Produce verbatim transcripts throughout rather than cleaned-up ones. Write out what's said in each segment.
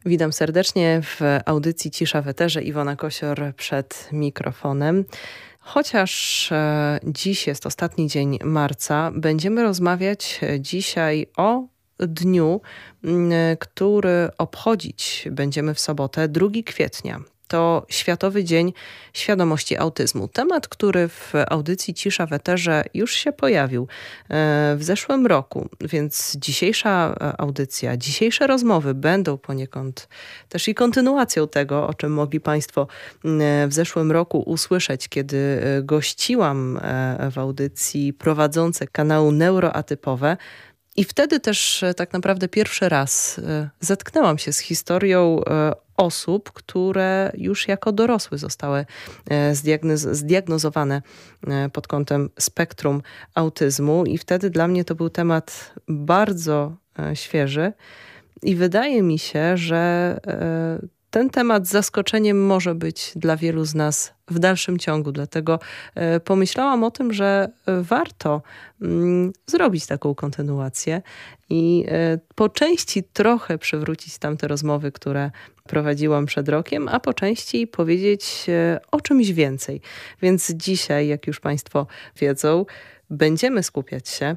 Witam serdecznie w audycji Cisza w eterze. Iwona Kosior przed mikrofonem. Chociaż e, dziś jest ostatni dzień marca, będziemy rozmawiać dzisiaj o dniu, m, który obchodzić będziemy w sobotę, drugiego kwietnia. To Światowy Dzień Świadomości Autyzmu. Temat, który w audycji Cisza w eterze już się pojawił w zeszłym roku, więc dzisiejsza audycja, dzisiejsze rozmowy będą poniekąd też i kontynuacją tego, o czym mogli Państwo w zeszłym roku usłyszeć, kiedy gościłam w audycji prowadzące kanału Neuroatypowe. I wtedy też tak naprawdę pierwszy raz zetknęłam się z historią osób, które już jako dorosłe zostały zdiagnoz- zdiagnozowane pod kątem spektrum autyzmu. I wtedy dla mnie to był temat bardzo świeży i wydaje mi się, że ten temat z zaskoczeniem może być dla wielu z nas w dalszym ciągu. Dlatego pomyślałam o tym, że warto zrobić taką kontynuację i po części trochę przywrócić tamte rozmowy, które prowadziłam przed rokiem, a po części powiedzieć o czymś więcej. Więc dzisiaj, jak już Państwo wiedzą, będziemy skupiać się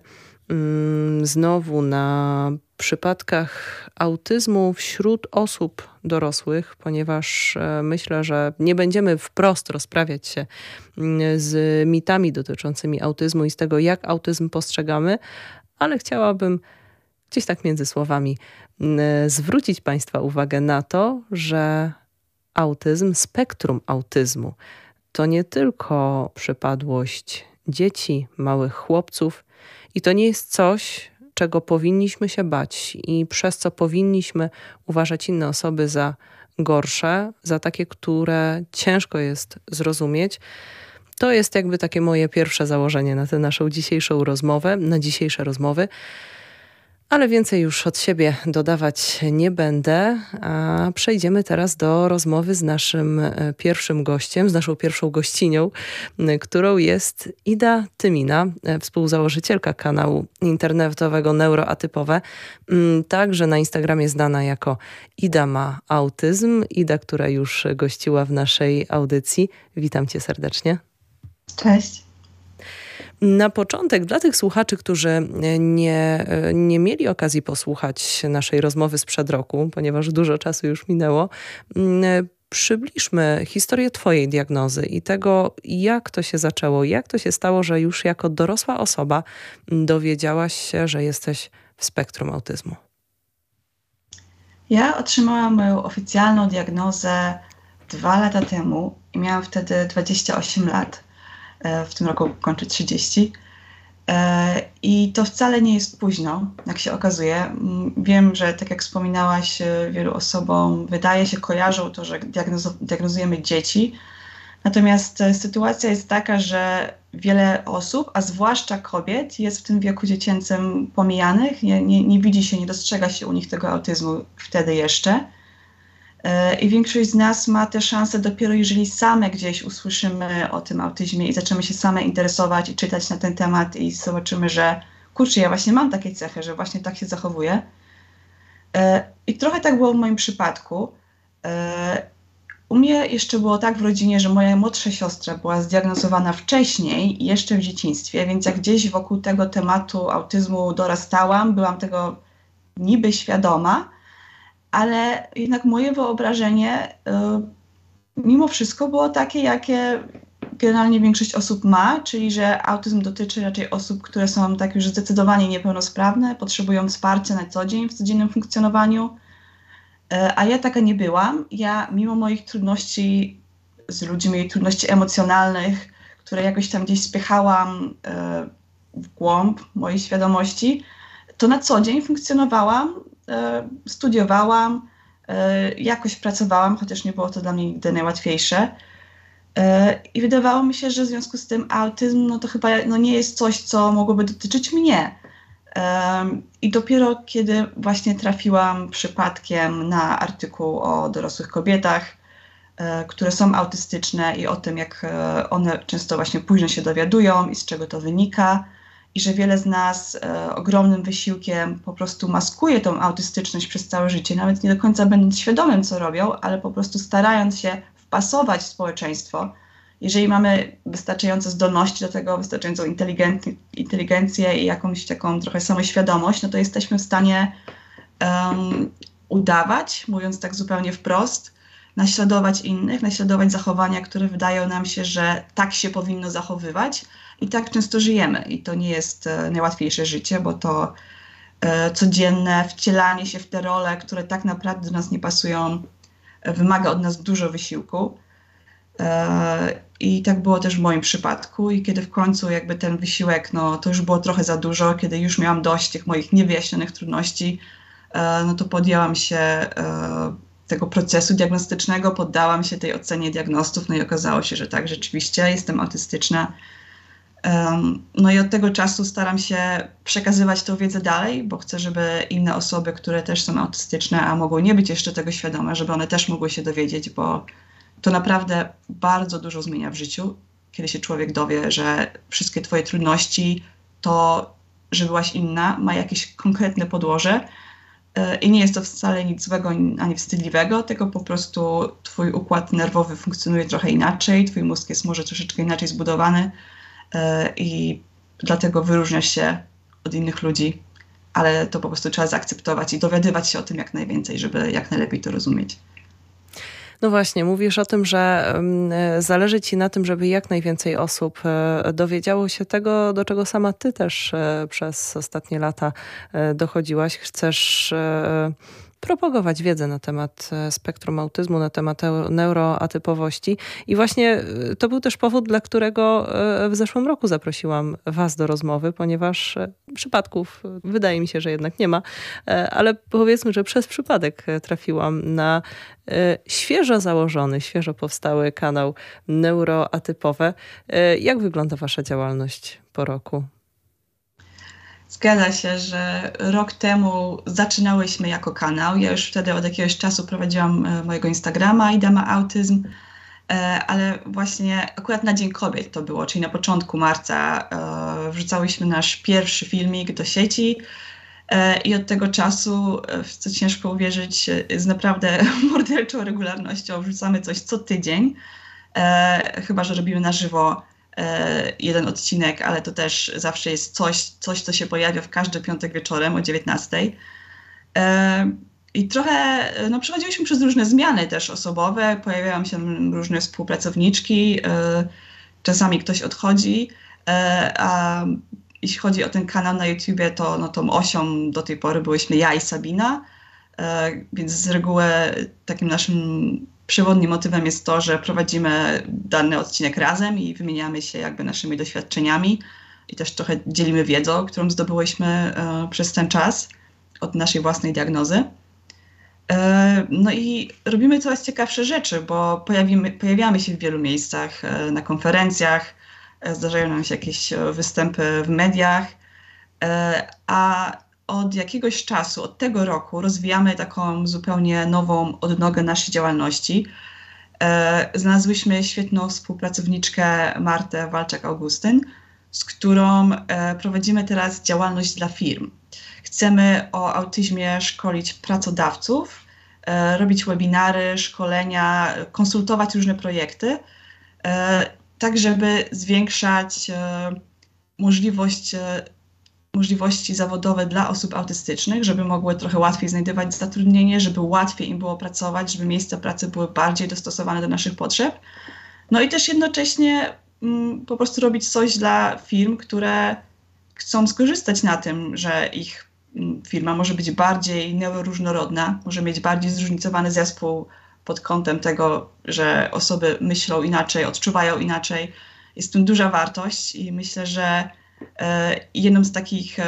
znowu na przypadkach autyzmu wśród osób dorosłych, ponieważ myślę, że nie będziemy wprost rozprawiać się z mitami dotyczącymi autyzmu i z tego, jak autyzm postrzegamy, ale chciałabym gdzieś tak między słowami zwrócić Państwa uwagę na to, że autyzm, spektrum autyzmu to nie tylko przypadłość dzieci, małych chłopców i to nie jest coś, czego powinniśmy się bać i przez co powinniśmy uważać inne osoby za gorsze, za takie, które ciężko jest zrozumieć. To jest jakby takie moje pierwsze założenie na tę naszą dzisiejszą rozmowę, na dzisiejsze rozmowy. Ale więcej już od siebie dodawać nie będę, a przejdziemy teraz do rozmowy z naszym pierwszym gościem, z naszą pierwszą gościnią, którą jest Ida Tymina, współzałożycielka kanału internetowego Neuroatypowe, także na Instagramie znana jako Ida ma autyzm. Ida, która już gościła w naszej audycji. Witam Cię serdecznie. Cześć. Na początek, dla tych słuchaczy, którzy nie, nie mieli okazji posłuchać naszej rozmowy sprzed roku, ponieważ dużo czasu już minęło, przybliżmy historię Twojej diagnozy i tego, jak to się zaczęło, jak to się stało, że już jako dorosła osoba dowiedziałaś się, że jesteś w spektrum autyzmu. Ja otrzymałam moją oficjalną diagnozę dwa lata temu i miałam wtedy dwadzieścia osiem lat. W tym roku kończę trzydzieści. I to wcale nie jest późno, jak się okazuje. Wiem, że tak jak wspominałaś, wielu osobom wydaje się, kojarzą to, że diagnoz- diagnozujemy dzieci. Natomiast sytuacja jest taka, że wiele osób, a zwłaszcza kobiet, jest w tym wieku dziecięcym pomijanych. Nie, nie, nie widzi się, nie dostrzega się u nich tego autyzmu wtedy jeszcze. I większość z nas ma tę szansę dopiero, jeżeli same gdzieś usłyszymy o tym autyzmie i zaczniemy się same interesować i czytać na ten temat i zobaczymy, że kurczę, ja właśnie mam takie cechy, że właśnie tak się zachowuję. I trochę tak było w moim przypadku. U mnie jeszcze było tak w rodzinie, że moja młodsza siostra była zdiagnozowana wcześniej, jeszcze w dzieciństwie, więc jak gdzieś wokół tego tematu autyzmu dorastałam, byłam tego niby świadoma, ale jednak moje wyobrażenie y, mimo wszystko było takie, jakie generalnie większość osób ma, czyli że autyzm dotyczy raczej osób, które są tak już zdecydowanie niepełnosprawne, potrzebują wsparcia na co dzień w codziennym funkcjonowaniu, y, a ja taka nie byłam. Ja mimo moich trudności z ludźmi, trudności emocjonalnych, które jakoś tam gdzieś spychałam y, w głąb mojej świadomości, to na co dzień funkcjonowałam, studiowałam, jakoś pracowałam, chociaż nie było to dla mnie nigdy najłatwiejsze. I wydawało mi się, że w związku z tym autyzm no to chyba no nie jest coś, co mogłoby dotyczyć mnie. I dopiero kiedy właśnie trafiłam przypadkiem na artykuł o dorosłych kobietach, które są autystyczne i o tym, jak one często właśnie późno się dowiadują i z czego to wynika, i że wiele z nas e, ogromnym wysiłkiem po prostu maskuje tą autystyczność przez całe życie, nawet nie do końca będąc świadomym, co robią, ale po prostu starając się wpasować w społeczeństwo. Jeżeli mamy wystarczające zdolności do tego, wystarczającą inteligencję i jakąś taką trochę samoświadomość, no to jesteśmy w stanie um, udawać, mówiąc tak zupełnie wprost, naśladować innych, naśladować zachowania, które wydają nam się, że tak się powinno zachowywać i tak często żyjemy. I to nie jest e, najłatwiejsze życie, bo to e, codzienne wcielanie się w te role, które tak naprawdę do nas nie pasują, e, wymaga od nas dużo wysiłku. E, I tak było też w moim przypadku i kiedy w końcu jakby ten wysiłek, no to już było trochę za dużo, kiedy już miałam dość tych moich niewyjaśnionych trudności, e, no to podjęłam się e, tego procesu diagnostycznego, poddałam się tej ocenie diagnostów, no i okazało się, że tak, rzeczywiście jestem autystyczna. Um, no i od tego czasu staram się przekazywać tę wiedzę dalej, bo chcę, żeby inne osoby, które też są autystyczne, a mogą nie być jeszcze tego świadome, żeby one też mogły się dowiedzieć, bo to naprawdę bardzo dużo zmienia w życiu, kiedy się człowiek dowie, że wszystkie twoje trudności, to, że byłaś inna, ma jakieś konkretne podłoże. I nie jest to wcale nic złego ani wstydliwego, tylko po prostu twój układ nerwowy funkcjonuje trochę inaczej, twój mózg jest może troszeczkę inaczej zbudowany i dlatego wyróżniasz się od innych ludzi, ale to po prostu trzeba zaakceptować i dowiadywać się o tym jak najwięcej, żeby jak najlepiej to rozumieć. No właśnie, mówisz o tym, że zależy ci na tym, żeby jak najwięcej osób dowiedziało się tego, do czego sama ty też przez ostatnie lata dochodziłaś. Chcesz propagować wiedzę na temat spektrum autyzmu, na temat neuroatypowości. I właśnie to był też powód, dla którego w zeszłym roku zaprosiłam was do rozmowy, ponieważ przypadków wydaje mi się, że jednak nie ma, ale powiedzmy, że przez przypadek trafiłam na świeżo założony, świeżo powstały kanał Neuroatypowe. Jak wygląda wasza działalność po roku? Zgadza się, że rok temu zaczynałyśmy jako kanał. Ja już wtedy od jakiegoś czasu prowadziłam mojego Instagrama Ida ma autyzm, ale właśnie akurat na Dzień Kobiet to było, czyli na początku marca wrzucałyśmy nasz pierwszy filmik do sieci i od tego czasu, w co ciężko uwierzyć, z naprawdę morderczą regularnością wrzucamy coś co tydzień, chyba że robimy na żywo jeden odcinek, ale to też zawsze jest coś, coś, co się pojawia w każdy piątek wieczorem o dziewiętnastej. I trochę no, przechodziłyśmy przez różne zmiany też osobowe, pojawiają się różne współpracowniczki, czasami ktoś odchodzi, a jeśli chodzi o ten kanał na YouTubie, to no, tą osią do tej pory byłyśmy ja i Sabina, więc z reguły takim naszym przewodnim motywem jest to, że prowadzimy dany odcinek razem i wymieniamy się jakby naszymi doświadczeniami i też trochę dzielimy wiedzą, którą zdobyłyśmy e, przez ten czas od naszej własnej diagnozy. E, no i robimy coraz ciekawsze rzeczy, bo pojawimy, pojawiamy się w wielu miejscach, e, na konferencjach, e, zdarzają nam się jakieś występy w mediach, e, a od jakiegoś czasu, od tego roku rozwijamy taką zupełnie nową odnogę naszej działalności. E, znalazłyśmy świetną współpracowniczkę Martę Walczak-Augustyn, z którą e, prowadzimy teraz działalność dla firm. Chcemy o autyzmie szkolić pracodawców, e, robić webinary, szkolenia, konsultować różne projekty, e, tak żeby zwiększać e, możliwość e, możliwości zawodowe dla osób autystycznych, żeby mogły trochę łatwiej znajdować zatrudnienie, żeby łatwiej im było pracować, żeby miejsca pracy były bardziej dostosowane do naszych potrzeb. No i też jednocześnie mm, po prostu robić coś dla firm, które chcą skorzystać na tym, że ich mm, firma może być bardziej neuroróżnorodna, może mieć bardziej zróżnicowany zespół pod kątem tego, że osoby myślą inaczej, odczuwają inaczej. Jest w tym duża wartość i myślę, że jedną z takich,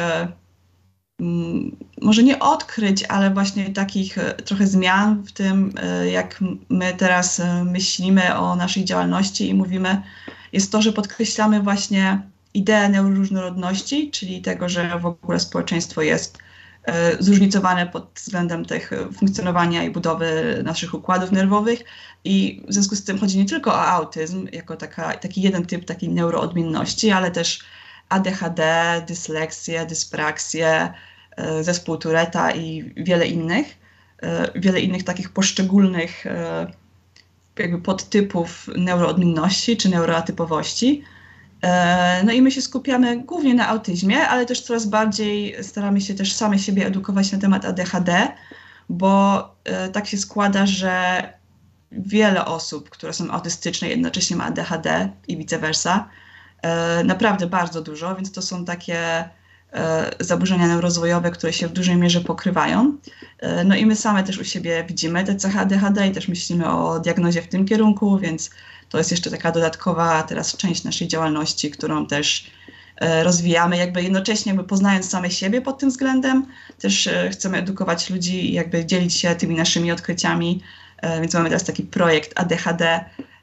może nie odkryć, ale właśnie takich trochę zmian w tym, jak my teraz myślimy o naszej działalności i mówimy, jest to, że podkreślamy właśnie ideę neuroróżnorodności, czyli tego, że w ogóle społeczeństwo jest zróżnicowane pod względem tych funkcjonowania i budowy naszych układów nerwowych i w związku z tym chodzi nie tylko o autyzm jako taka, taki jeden typ takiej neuroodmienności, ale też A D H D, dysleksję, dyspraksję, zespół Touretta i wiele innych, wiele innych takich poszczególnych jakby podtypów neuroodmienności czy neuroatypowości. No i my się skupiamy głównie na autyzmie, ale też coraz bardziej staramy się też same siebie edukować na temat A D H D, bo tak się składa, że wiele osób, które są autystyczne, jednocześnie ma A D H D i vice versa. Naprawdę bardzo dużo, więc to są takie zaburzenia neurorozwojowe, które się w dużej mierze pokrywają. No i my same też u siebie widzimy te cechy A D H D i też myślimy o diagnozie w tym kierunku, więc to jest jeszcze taka dodatkowa teraz część naszej działalności, którą też rozwijamy, jakby jednocześnie jakby poznając same siebie pod tym względem. Też chcemy edukować ludzi i jakby dzielić się tymi naszymi odkryciami, więc mamy teraz taki projekt A D H D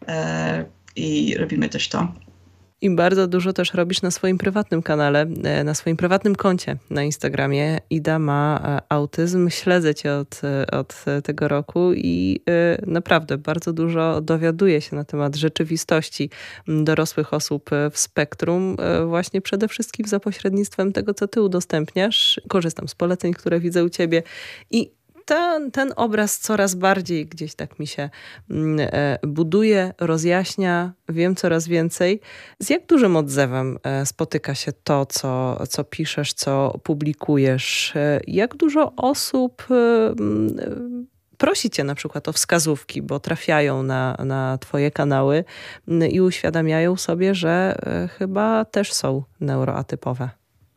i robimy też to. I bardzo dużo też robisz na swoim prywatnym kanale, na swoim prywatnym koncie na Instagramie. Ida ma autyzm. Śledzę cię od, od tego roku i naprawdę bardzo dużo dowiaduję się na temat rzeczywistości dorosłych osób w spektrum, właśnie przede wszystkim za pośrednictwem tego, co ty udostępniasz. Korzystam z poleceń, które widzę u ciebie i Ten, ten obraz coraz bardziej gdzieś tak mi się buduje, rozjaśnia, wiem coraz więcej. Z jak dużym odzewem spotyka się to, co, co piszesz, co publikujesz? Jak dużo osób prosi cię na przykład o wskazówki, bo trafiają na, na twoje kanały i uświadamiają sobie, że chyba też są neuroatypowe?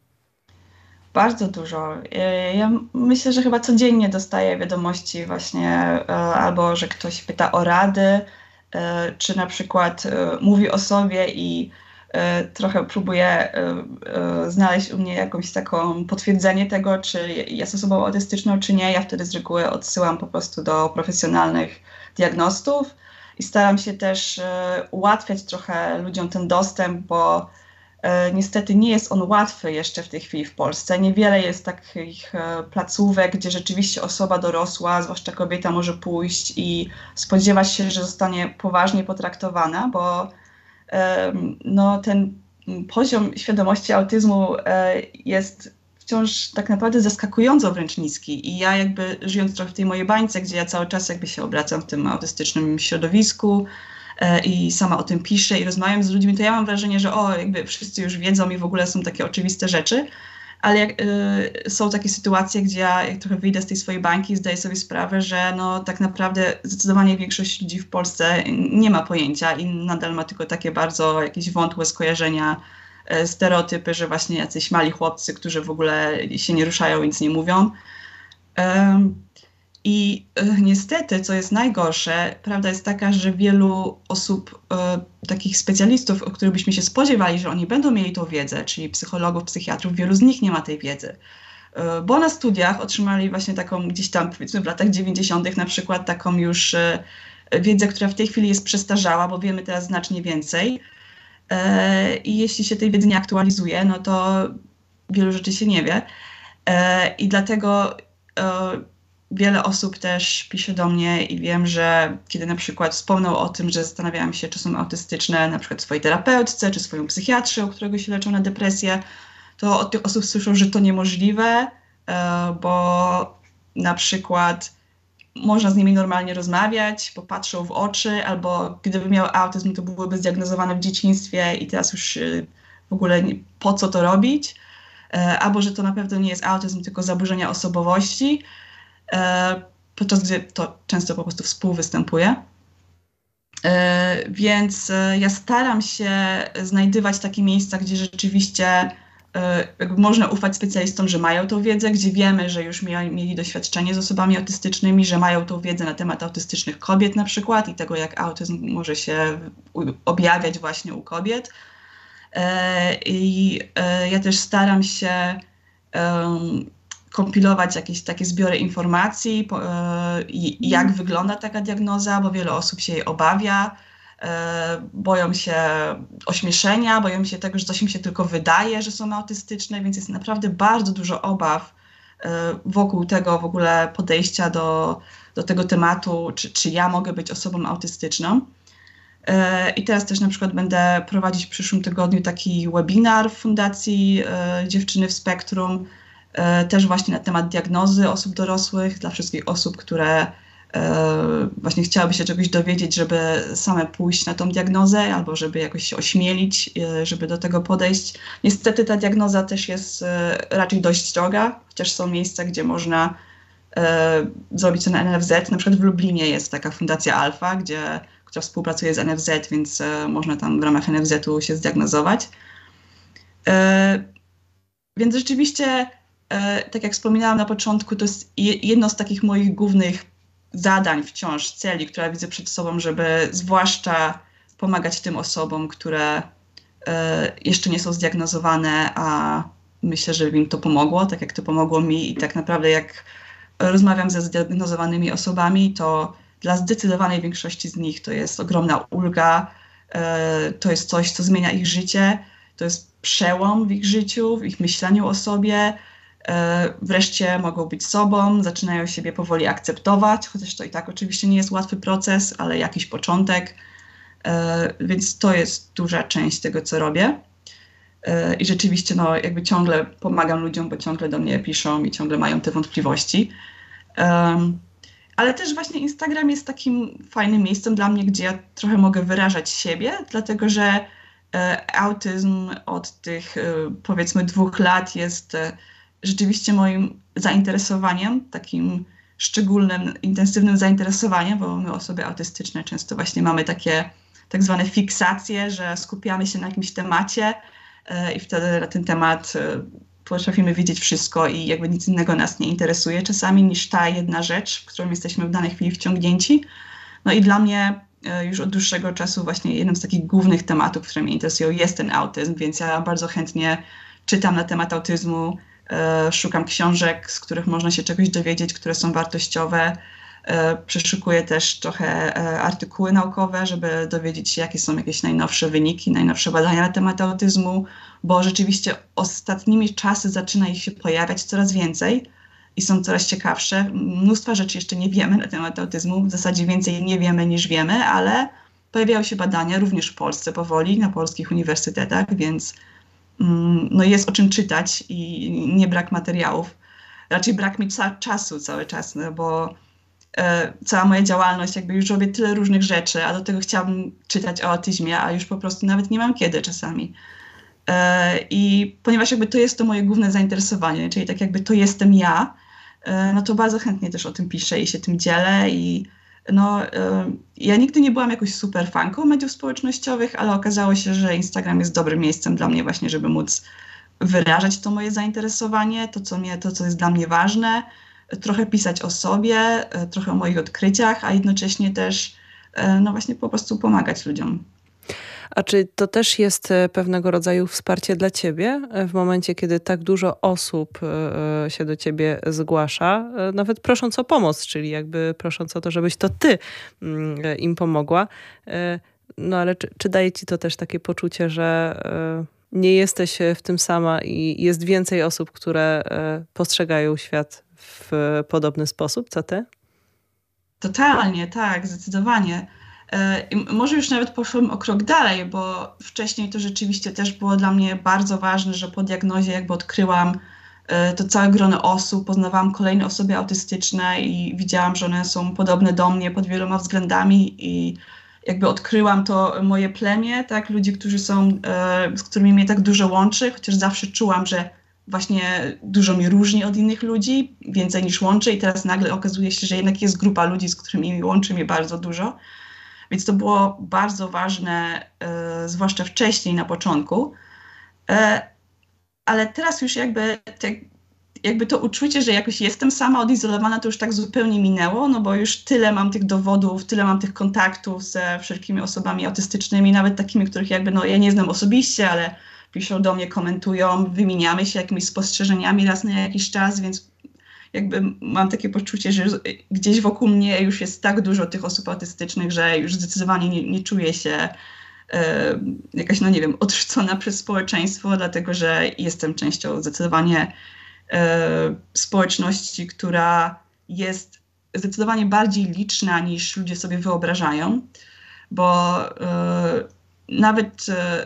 Bardzo dużo. Ja myślę, że chyba codziennie dostaję wiadomości właśnie albo, że ktoś pyta o rady, czy na przykład mówi o sobie i trochę próbuje znaleźć u mnie jakąś taką potwierdzenie tego, czy jest osobą autystyczną, czy nie. Ja wtedy z reguły odsyłam po prostu do profesjonalnych diagnostów i staram się też ułatwiać trochę ludziom ten dostęp, bo niestety nie jest on łatwy jeszcze w tej chwili w Polsce. Niewiele jest takich placówek, gdzie rzeczywiście osoba dorosła, zwłaszcza kobieta, może pójść i spodziewać się, że zostanie poważnie potraktowana, bo no, ten poziom świadomości autyzmu jest wciąż tak naprawdę zaskakująco wręcz niski. I ja jakby żyjąc trochę w tej mojej bańce, gdzie ja cały czas jakby się obracam w tym autystycznym środowisku, i sama o tym piszę i rozmawiam z ludźmi, to ja mam wrażenie, że o, jakby wszyscy już wiedzą i w ogóle są takie oczywiste rzeczy, ale jak, y, są takie sytuacje, gdzie ja jak trochę wyjdę z tej swojej bańki i zdaję sobie sprawę, że no tak naprawdę zdecydowanie większość ludzi w Polsce nie ma pojęcia i nadal ma tylko takie bardzo jakieś wątłe skojarzenia, y, stereotypy, że właśnie jacyś mali chłopcy, którzy w ogóle się nie ruszają, nic nie mówią. Um, I y, niestety, co jest najgorsze, prawda jest taka, że wielu osób, y, takich specjalistów, o których byśmy się spodziewali, że oni będą mieli tą wiedzę, czyli psychologów, psychiatrów, wielu z nich nie ma tej wiedzy. Y, bo na studiach otrzymali właśnie taką gdzieś tam, powiedzmy w latach dziewięćdziesiątych na przykład taką już y, wiedzę, która w tej chwili jest przestarzała, bo wiemy teraz znacznie więcej. Y, I jeśli się tej wiedzy nie aktualizuje, no to wielu rzeczy się nie wie. Y, I dlatego y, wiele osób też pisze do mnie i wiem, że kiedy na przykład wspomną o tym, że zastanawiałam się, czy są autystyczne, na przykład swojej terapeutce, czy swoją psychiatrze, u którego się leczą na depresję, to od tych osób słyszą, że to niemożliwe, bo na przykład można z nimi normalnie rozmawiać, popatrzą w oczy, albo gdyby miał autyzm, to byłyby zdiagnozowane w dzieciństwie i teraz już w ogóle nie, po co to robić, albo że to na pewno nie jest autyzm, tylko zaburzenia osobowości, podczas gdy to często po prostu współwystępuje. Więc ja staram się znajdywać takie miejsca, gdzie rzeczywiście jakby można ufać specjalistom, że mają tą wiedzę, gdzie wiemy, że już mieli, mieli doświadczenie z osobami autystycznymi, że mają tą wiedzę na temat autystycznych kobiet na przykład i tego, jak autyzm może się objawiać właśnie u kobiet. I ja też staram się kompilować jakieś takie zbiory informacji, po, i jak wygląda taka diagnoza, bo wiele osób się jej obawia, e, boją się ośmieszenia, boją się tego, że coś im się tylko wydaje, że są autystyczne, więc jest naprawdę bardzo dużo obaw e, wokół tego w ogóle podejścia do, do tego tematu, czy, czy ja mogę być osobą autystyczną. I teraz też na przykład będę prowadzić w przyszłym tygodniu taki webinar w Fundacji Dziewczyny w Spektrum, też właśnie na temat diagnozy osób dorosłych, dla wszystkich osób, które właśnie chciałyby się czegoś dowiedzieć, żeby same pójść na tą diagnozę albo żeby jakoś się ośmielić, żeby do tego podejść. Niestety ta diagnoza też jest raczej dość droga, chociaż są miejsca, gdzie można zrobić to na N F Z. Na przykład w Lublinie jest taka Fundacja Alfa, gdzie, która współpracuje z N F Z, więc można tam w ramach N F Z-u się zdiagnozować. Więc rzeczywiście, tak jak wspominałam na początku, to jest jedno z takich moich głównych zadań wciąż, celi, które widzę przed sobą, żeby zwłaszcza pomagać tym osobom, które jeszcze nie są zdiagnozowane, a myślę, że im to pomogło, tak jak to pomogło mi i tak naprawdę jak rozmawiam ze zdiagnozowanymi osobami, to dla zdecydowanej większości z nich to jest ogromna ulga, to jest coś, co zmienia ich życie, to jest przełom w ich życiu, w ich myśleniu o sobie. Wreszcie mogą być sobą, zaczynają siebie powoli akceptować, chociaż to i tak oczywiście nie jest łatwy proces, ale jakiś początek, więc to jest duża część tego, co robię. I rzeczywiście no, jakby ciągle pomagam ludziom, bo ciągle do mnie piszą i ciągle mają te wątpliwości. Um, ale też właśnie Instagram jest takim fajnym miejscem dla mnie, gdzie ja trochę mogę wyrażać siebie, dlatego że e, autyzm od tych e, powiedzmy dwóch lat jest e, rzeczywiście moim zainteresowaniem, takim szczególnym, intensywnym zainteresowaniem, bo my osoby autystyczne często właśnie mamy takie tak zwane fiksacje, że skupiamy się na jakimś temacie e, i wtedy na ten temat e, potrafimy wiedzieć wszystko i jakby nic innego nas nie interesuje czasami niż ta jedna rzecz, w którą jesteśmy w danej chwili wciągnięci. No i dla mnie e, już od dłuższego czasu właśnie jednym z takich głównych tematów, które mnie interesują, jest ten autyzm, więc ja bardzo chętnie czytam na temat autyzmu, e, szukam książek, z których można się czegoś dowiedzieć, które są wartościowe. E, przeszukuję też trochę e, artykuły naukowe, żeby dowiedzieć się, jakie są jakieś najnowsze wyniki, najnowsze badania na temat autyzmu, bo rzeczywiście ostatnimi czasy zaczyna ich się pojawiać coraz więcej i są coraz ciekawsze. Mnóstwa rzeczy jeszcze nie wiemy na temat autyzmu, w zasadzie więcej nie wiemy niż wiemy, ale pojawiają się badania również w Polsce powoli, na polskich uniwersytetach, więc mm, no jest o czym czytać i nie brak materiałów. Raczej brak mi ca- czasu cały czas, no bo e, cała moja działalność, jakby już robię tyle różnych rzeczy, a do tego chciałabym czytać o autyzmie, a już po prostu nawet nie mam kiedy czasami. I ponieważ jakby to jest to moje główne zainteresowanie, czyli tak jakby to jestem ja, no to bardzo chętnie też o tym piszę i się tym dzielę. I no, ja nigdy nie byłam jakąś super fanką mediów społecznościowych, ale okazało się, że Instagram jest dobrym miejscem dla mnie właśnie, żeby móc wyrażać to moje zainteresowanie, to co, mnie, to, co jest dla mnie ważne, trochę pisać o sobie, trochę o moich odkryciach, a jednocześnie też no właśnie po prostu pomagać ludziom. A czy to też jest pewnego rodzaju wsparcie dla ciebie w momencie, kiedy tak dużo osób się do ciebie zgłasza, nawet prosząc o pomoc, czyli jakby prosząc o to, żebyś to ty im pomogła. No ale czy, czy daje ci to też takie poczucie, że nie jesteś w tym sama i jest więcej osób, które postrzegają świat w podobny sposób, co ty? Totalnie, tak, zdecydowanie. I może już nawet poszłam o krok dalej, bo wcześniej to rzeczywiście też było dla mnie bardzo ważne, że po diagnozie jakby odkryłam to całe grono osób, poznawałam kolejne osoby autystyczne i widziałam, że one są podobne do mnie pod wieloma względami i jakby odkryłam to moje plemię, tak, ludzi, którzy są, z którymi mnie tak dużo łączy, chociaż zawsze czułam, że właśnie dużo mnie różni od innych ludzi, więcej niż łączy i teraz nagle okazuje się, że jednak jest grupa ludzi, z którymi łączy mnie bardzo dużo. Więc to było bardzo ważne, e, zwłaszcza wcześniej, na początku. E, ale teraz już jakby, te, jakby to uczucie, że jakoś jestem sama odizolowana, to już tak zupełnie minęło, no bo już tyle mam tych dowodów, tyle mam tych kontaktów ze wszelkimi osobami autystycznymi, nawet takimi, których jakby no ja nie znam osobiście, ale piszą do mnie, komentują, wymieniamy się jakimiś spostrzeżeniami raz na jakiś czas, więc jakby mam takie poczucie, że gdzieś wokół mnie już jest tak dużo tych osób autystycznych, że już zdecydowanie nie, nie czuję się e, jakaś, no nie wiem, odrzucona przez społeczeństwo, dlatego że jestem częścią zdecydowanie e, społeczności, która jest zdecydowanie bardziej liczna niż ludzie sobie wyobrażają. bo nawet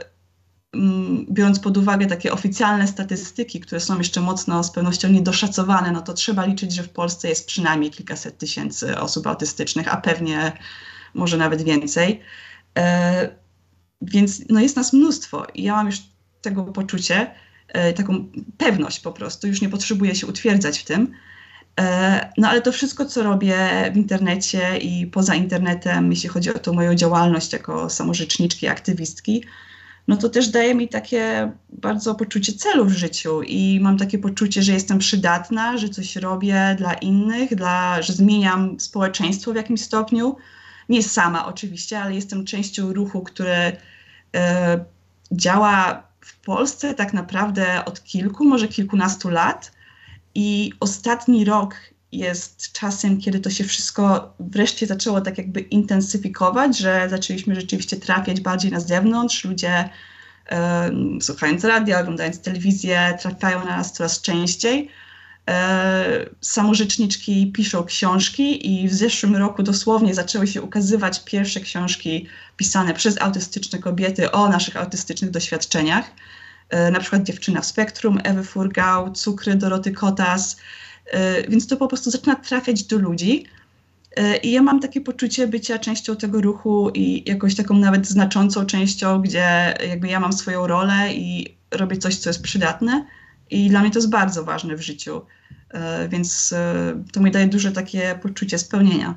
biorąc pod uwagę takie oficjalne statystyki, które są jeszcze mocno z pewnością niedoszacowane, no to trzeba liczyć, że w Polsce jest przynajmniej kilkaset tysięcy osób autystycznych, a pewnie może nawet więcej. E, więc no jest nas mnóstwo i ja mam już tego poczucie, e, taką pewność po prostu, już nie potrzebuję się utwierdzać w tym. E, no ale to wszystko, co robię w internecie i poza internetem, jeśli chodzi o tą moją działalność jako samorzeczniczki, aktywistki, no to też daje mi takie bardzo poczucie celu w życiu i mam takie poczucie, że jestem przydatna, że coś robię dla innych, dla, że zmieniam społeczeństwo w jakimś stopniu. Nie sama oczywiście, ale jestem częścią ruchu, który e, działa w Polsce tak naprawdę od kilku, może kilkunastu lat i ostatni rok jest czasem, kiedy to się wszystko wreszcie zaczęło tak jakby intensyfikować, że zaczęliśmy rzeczywiście trafiać bardziej na zewnątrz. Ludzie e, słuchając radia, oglądając telewizję, trafiają na nas coraz częściej. E, samorzeczniczki piszą książki i w zeszłym roku dosłownie zaczęły się ukazywać pierwsze książki pisane przez autystyczne kobiety o naszych autystycznych doświadczeniach. E, na przykład Dziewczyna w spektrum Ewy Furgał, Cukry Doroty Kotas. Więc to po prostu zaczyna trafiać do ludzi i ja mam takie poczucie bycia częścią tego ruchu i jakąś taką nawet znaczącą częścią, gdzie jakby ja mam swoją rolę i robię coś, co jest przydatne i dla mnie to jest bardzo ważne w życiu, więc to mi daje duże takie poczucie spełnienia.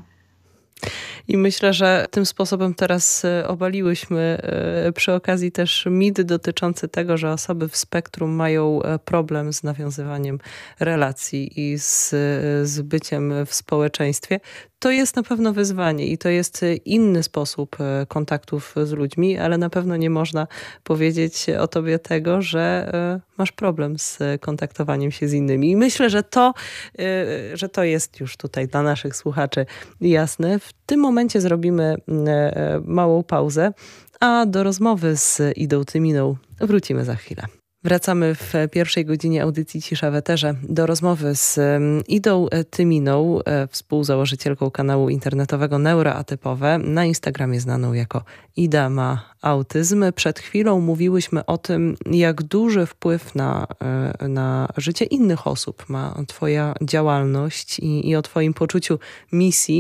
I myślę, że tym sposobem teraz obaliłyśmy przy okazji też mit dotyczący tego, że osoby w spektrum mają problem z nawiązywaniem relacji i z, z byciem w społeczeństwie. To jest na pewno wyzwanie i to jest inny sposób kontaktów z ludźmi, ale na pewno nie można powiedzieć o tobie tego, że masz problem z kontaktowaniem się z innymi. I myślę, że to, że to jest już tutaj dla naszych słuchaczy jasne. W tym momencie zrobimy małą pauzę, a do rozmowy z Idą Tyminą wrócimy za chwilę. Wracamy w pierwszej godzinie audycji Cisza w Eterze do rozmowy z Idą Tyminą, współzałożycielką kanału internetowego Neuroatypowe, na Instagramie znaną jako Ida ma autyzm. Przed chwilą mówiłyśmy o tym, jak duży wpływ na, na życie innych osób ma twoja działalność i, i o twoim poczuciu misji,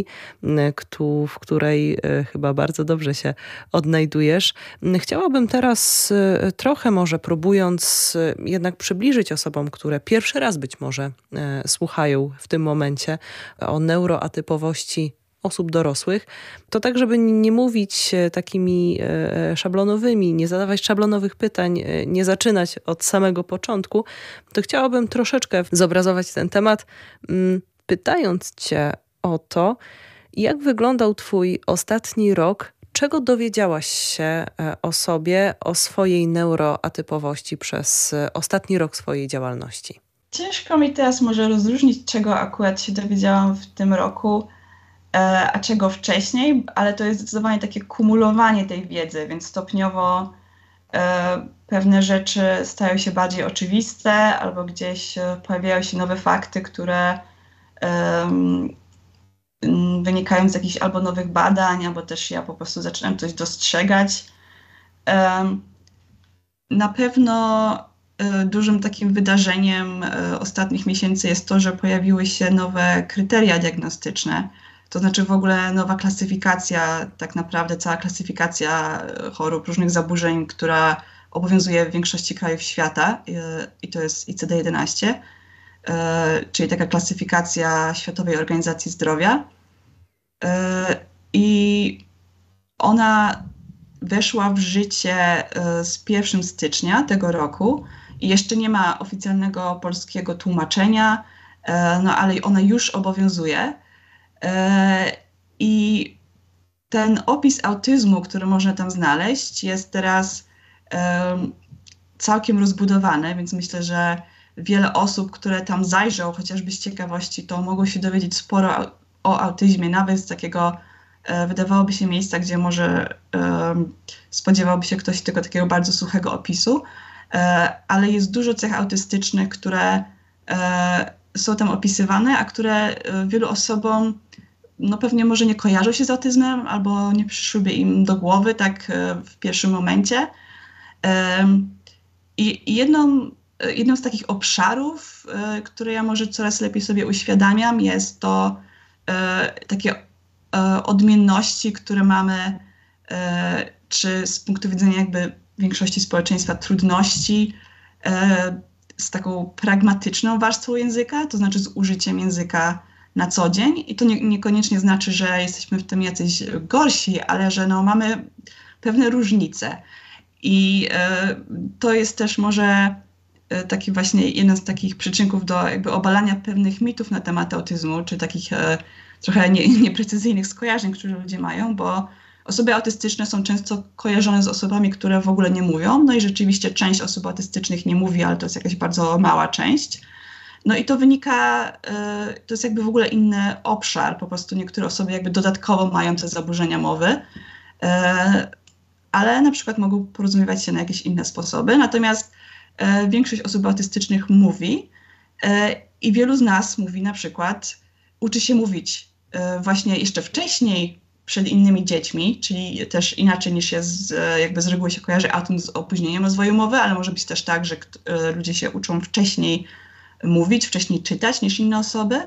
w której chyba bardzo dobrze się odnajdujesz. Chciałabym teraz trochę może próbując jednak przybliżyć osobom, które pierwszy raz być może słuchają w tym momencie o neuroatypowości osób dorosłych, to tak, żeby nie mówić takimi szablonowymi, nie zadawać szablonowych pytań, nie zaczynać od samego początku, to chciałabym troszeczkę zobrazować ten temat, pytając cię o to, jak wyglądał twój ostatni rok, czego dowiedziałaś się o sobie, o swojej neuroatypowości przez ostatni rok swojej działalności? Ciężko mi teraz może rozróżnić, czego akurat się dowiedziałam w tym roku, a czego wcześniej, ale to jest zdecydowanie takie kumulowanie tej wiedzy, więc stopniowo e, pewne rzeczy stają się bardziej oczywiste albo gdzieś pojawiają się nowe fakty, które e, wynikają z jakichś albo nowych badań, albo też ja po prostu zaczynam coś dostrzegać. E, na pewno e, dużym takim wydarzeniem e, ostatnich miesięcy jest to, że pojawiły się nowe kryteria diagnostyczne. To znaczy w ogóle nowa klasyfikacja, tak naprawdę cała klasyfikacja chorób, różnych zaburzeń, która obowiązuje w większości krajów świata i to jest I C D jedenaście, czyli taka klasyfikacja Światowej Organizacji Zdrowia. I ona weszła w życie z pierwszego stycznia tego roku i jeszcze nie ma oficjalnego polskiego tłumaczenia, no ale ona już obowiązuje. I ten opis autyzmu, który można tam znaleźć, jest teraz um, całkiem rozbudowany, więc myślę, że wiele osób, które tam zajrzą, chociażby z ciekawości, to mogą się dowiedzieć sporo o, o autyzmie, nawet z takiego, e, wydawałoby się, miejsca, gdzie może e, spodziewałby się ktoś tylko takiego bardzo suchego opisu, e, ale jest dużo cech autystycznych, które e, są tam opisywane, a które wielu osobom no pewnie może nie kojarzą się z autyzmem albo nie przyszłyby im do głowy tak w pierwszym momencie. I jedną, jedną z takich obszarów, które ja może coraz lepiej sobie uświadamiam, jest to takie odmienności, które mamy, czy z punktu widzenia jakby większości społeczeństwa trudności z taką pragmatyczną warstwą języka, to znaczy z użyciem języka na co dzień. I to nie, niekoniecznie znaczy, że jesteśmy w tym jacyś gorsi, ale że no, mamy pewne różnice. I e, to jest też może e, taki właśnie jeden z takich przyczynków do jakby obalania pewnych mitów na temat autyzmu, czy takich e, trochę nie, nieprecyzyjnych skojarzeń, które ludzie mają, bo osoby autystyczne są często kojarzone z osobami, które w ogóle nie mówią. No i rzeczywiście część osób autystycznych nie mówi, ale to jest jakaś bardzo mała część. No i to wynika, to jest jakby w ogóle inny obszar. Po prostu niektóre osoby jakby dodatkowo mają te zaburzenia mowy, ale na przykład mogą porozumiewać się na jakieś inne sposoby. Natomiast większość osób autystycznych mówi i wielu z nas mówi na przykład, uczy się mówić właśnie jeszcze wcześniej, przed innymi dziećmi, czyli też inaczej niż jest, jakby z reguły się kojarzy autyzm z opóźnieniem rozwoju mowy, ale może być też tak, że ludzie się uczą wcześniej mówić, wcześniej czytać niż inne osoby.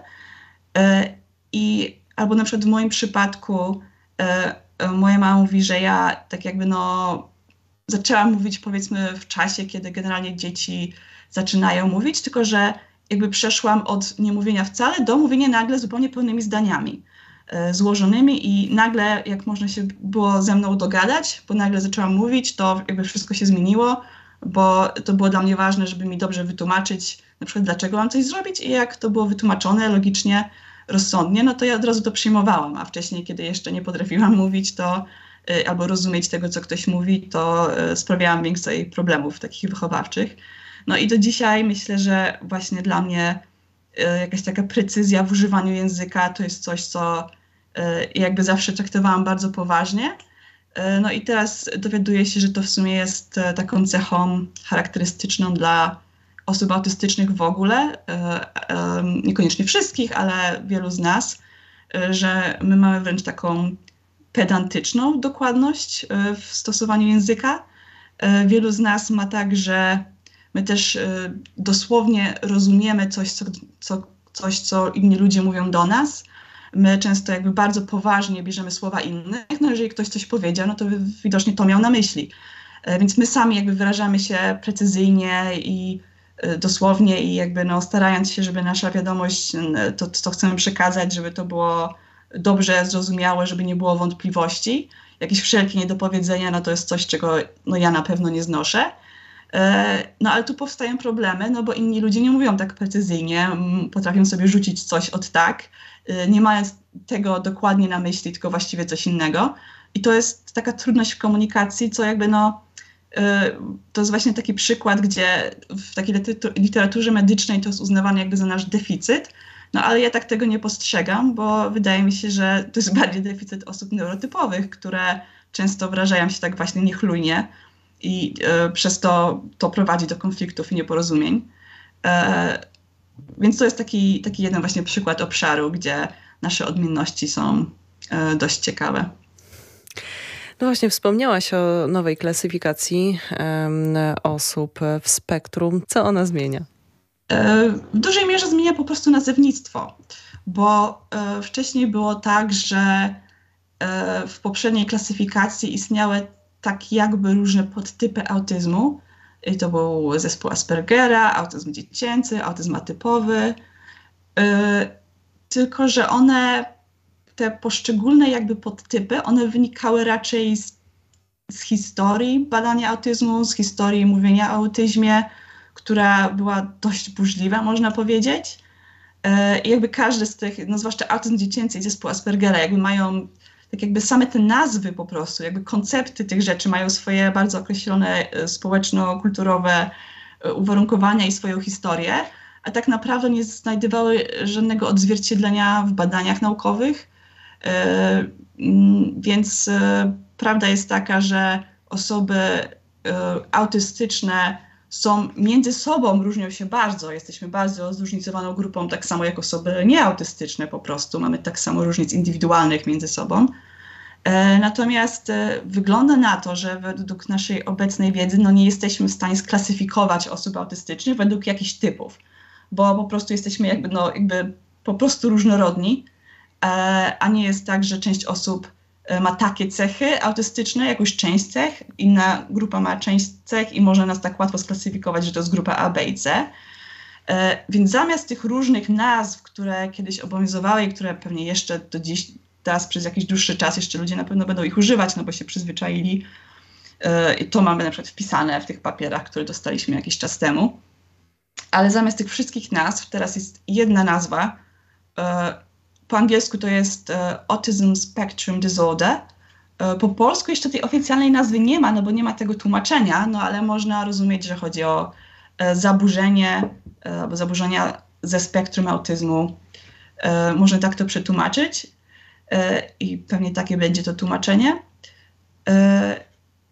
I albo na przykład w moim przypadku moja mama mówi, że ja tak jakby no zaczęłam mówić powiedzmy w czasie, kiedy generalnie dzieci zaczynają mówić, tylko że jakby przeszłam od niemówienia wcale do mówienia nagle zupełnie pełnymi zdaniami złożonymi i nagle, jak można się było ze mną dogadać, bo nagle zaczęłam mówić, to jakby wszystko się zmieniło, bo to było dla mnie ważne, żeby mi dobrze wytłumaczyć, na przykład dlaczego mam coś zrobić i jak to było wytłumaczone logicznie, rozsądnie, no to ja od razu to przyjmowałam, a wcześniej, kiedy jeszcze nie potrafiłam mówić, to y, albo rozumieć tego, co ktoś mówi, to y, sprawiałam więcej problemów takich wychowawczych. No i do dzisiaj myślę, że właśnie dla mnie y, jakaś taka precyzja w używaniu języka to jest coś, co jakby zawsze traktowałam bardzo poważnie. No i teraz dowiaduję się, że to w sumie jest taką cechą charakterystyczną dla osób autystycznych w ogóle, niekoniecznie wszystkich, ale wielu z nas, że my mamy wręcz taką pedantyczną dokładność w stosowaniu języka. Wielu z nas ma tak, że my też dosłownie rozumiemy coś, co, co, coś, co inni ludzie mówią do nas. My często jakby bardzo poważnie bierzemy słowa innych, no jeżeli ktoś coś powiedział, no to widocznie to miał na myśli. Więc my sami jakby wyrażamy się precyzyjnie i dosłownie i jakby no starając się, żeby nasza wiadomość, to co chcemy przekazać, żeby to było dobrze zrozumiałe, żeby nie było wątpliwości. Jakieś wszelkie niedopowiedzenia, no to jest coś, czego no ja na pewno nie znoszę. No ale tu powstają problemy, no bo inni ludzie nie mówią tak precyzyjnie, potrafią sobie rzucić coś od tak, nie mając tego dokładnie na myśli, tylko właściwie coś innego. I to jest taka trudność w komunikacji, co jakby no, to jest właśnie taki przykład, gdzie w takiej literaturze medycznej to jest uznawane jakby za nasz deficyt, no ale ja tak tego nie postrzegam, bo wydaje mi się, że to jest bardziej deficyt osób neurotypowych, które często wyrażają się tak właśnie niechlujnie i y, przez to to prowadzi do konfliktów i nieporozumień. E, więc to jest taki, taki jeden właśnie przykład obszaru, gdzie nasze odmienności są e, dość ciekawe. No właśnie, wspomniałaś o nowej klasyfikacji um, osób w spektrum. Co ona zmienia? E, w dużej mierze zmienia po prostu nazewnictwo, bo e, wcześniej było tak, że e, w poprzedniej klasyfikacji istniały tak jakby różne podtypy autyzmu. I to był zespół Aspergera, autyzm dziecięcy, autyzm atypowy. Yy, tylko że one, te poszczególne jakby podtypy, one wynikały raczej z, z historii badania autyzmu, z historii mówienia o autyzmie, która była dość burzliwa, można powiedzieć. Yy, I jakby każdy z tych, no zwłaszcza autyzm dziecięcy i zespół Aspergera, jakby mają tak jakby same te nazwy po prostu, jakby koncepty tych rzeczy mają swoje bardzo określone społeczno-kulturowe uwarunkowania i swoją historię, a tak naprawdę nie znajdowały żadnego odzwierciedlenia w badaniach naukowych. Więc prawda jest taka, że osoby autystyczne są między sobą, różnią się bardzo. Jesteśmy bardzo zróżnicowaną grupą, tak samo jak osoby nieautystyczne po prostu. Mamy tak samo różnic indywidualnych między sobą. E, natomiast e, wygląda na to, że według naszej obecnej wiedzy no nie jesteśmy w stanie sklasyfikować osób autystycznych według jakichś typów, bo po prostu jesteśmy jakby, no, jakby po prostu różnorodni, e, a nie jest tak, że część osób ma takie cechy autystyczne, jakąś część cech, inna grupa ma część cech i można nas tak łatwo sklasyfikować, że to jest grupa A, B i C. E, więc zamiast tych różnych nazw, które kiedyś obowiązywały i które pewnie jeszcze do dziś, teraz przez jakiś dłuższy czas jeszcze ludzie na pewno będą ich używać, no bo się przyzwyczaili, e, i to mamy na przykład wpisane w tych papierach, które dostaliśmy jakiś czas temu. Ale zamiast tych wszystkich nazw teraz jest jedna nazwa. E, Po angielsku to jest e, Autism Spectrum Disorder. E, po polsku jeszcze tej oficjalnej nazwy nie ma, no bo nie ma tego tłumaczenia, no ale można rozumieć, że chodzi o e, zaburzenie e, albo zaburzenia ze spektrum autyzmu. E, można tak to przetłumaczyć e, i pewnie takie będzie to tłumaczenie. E,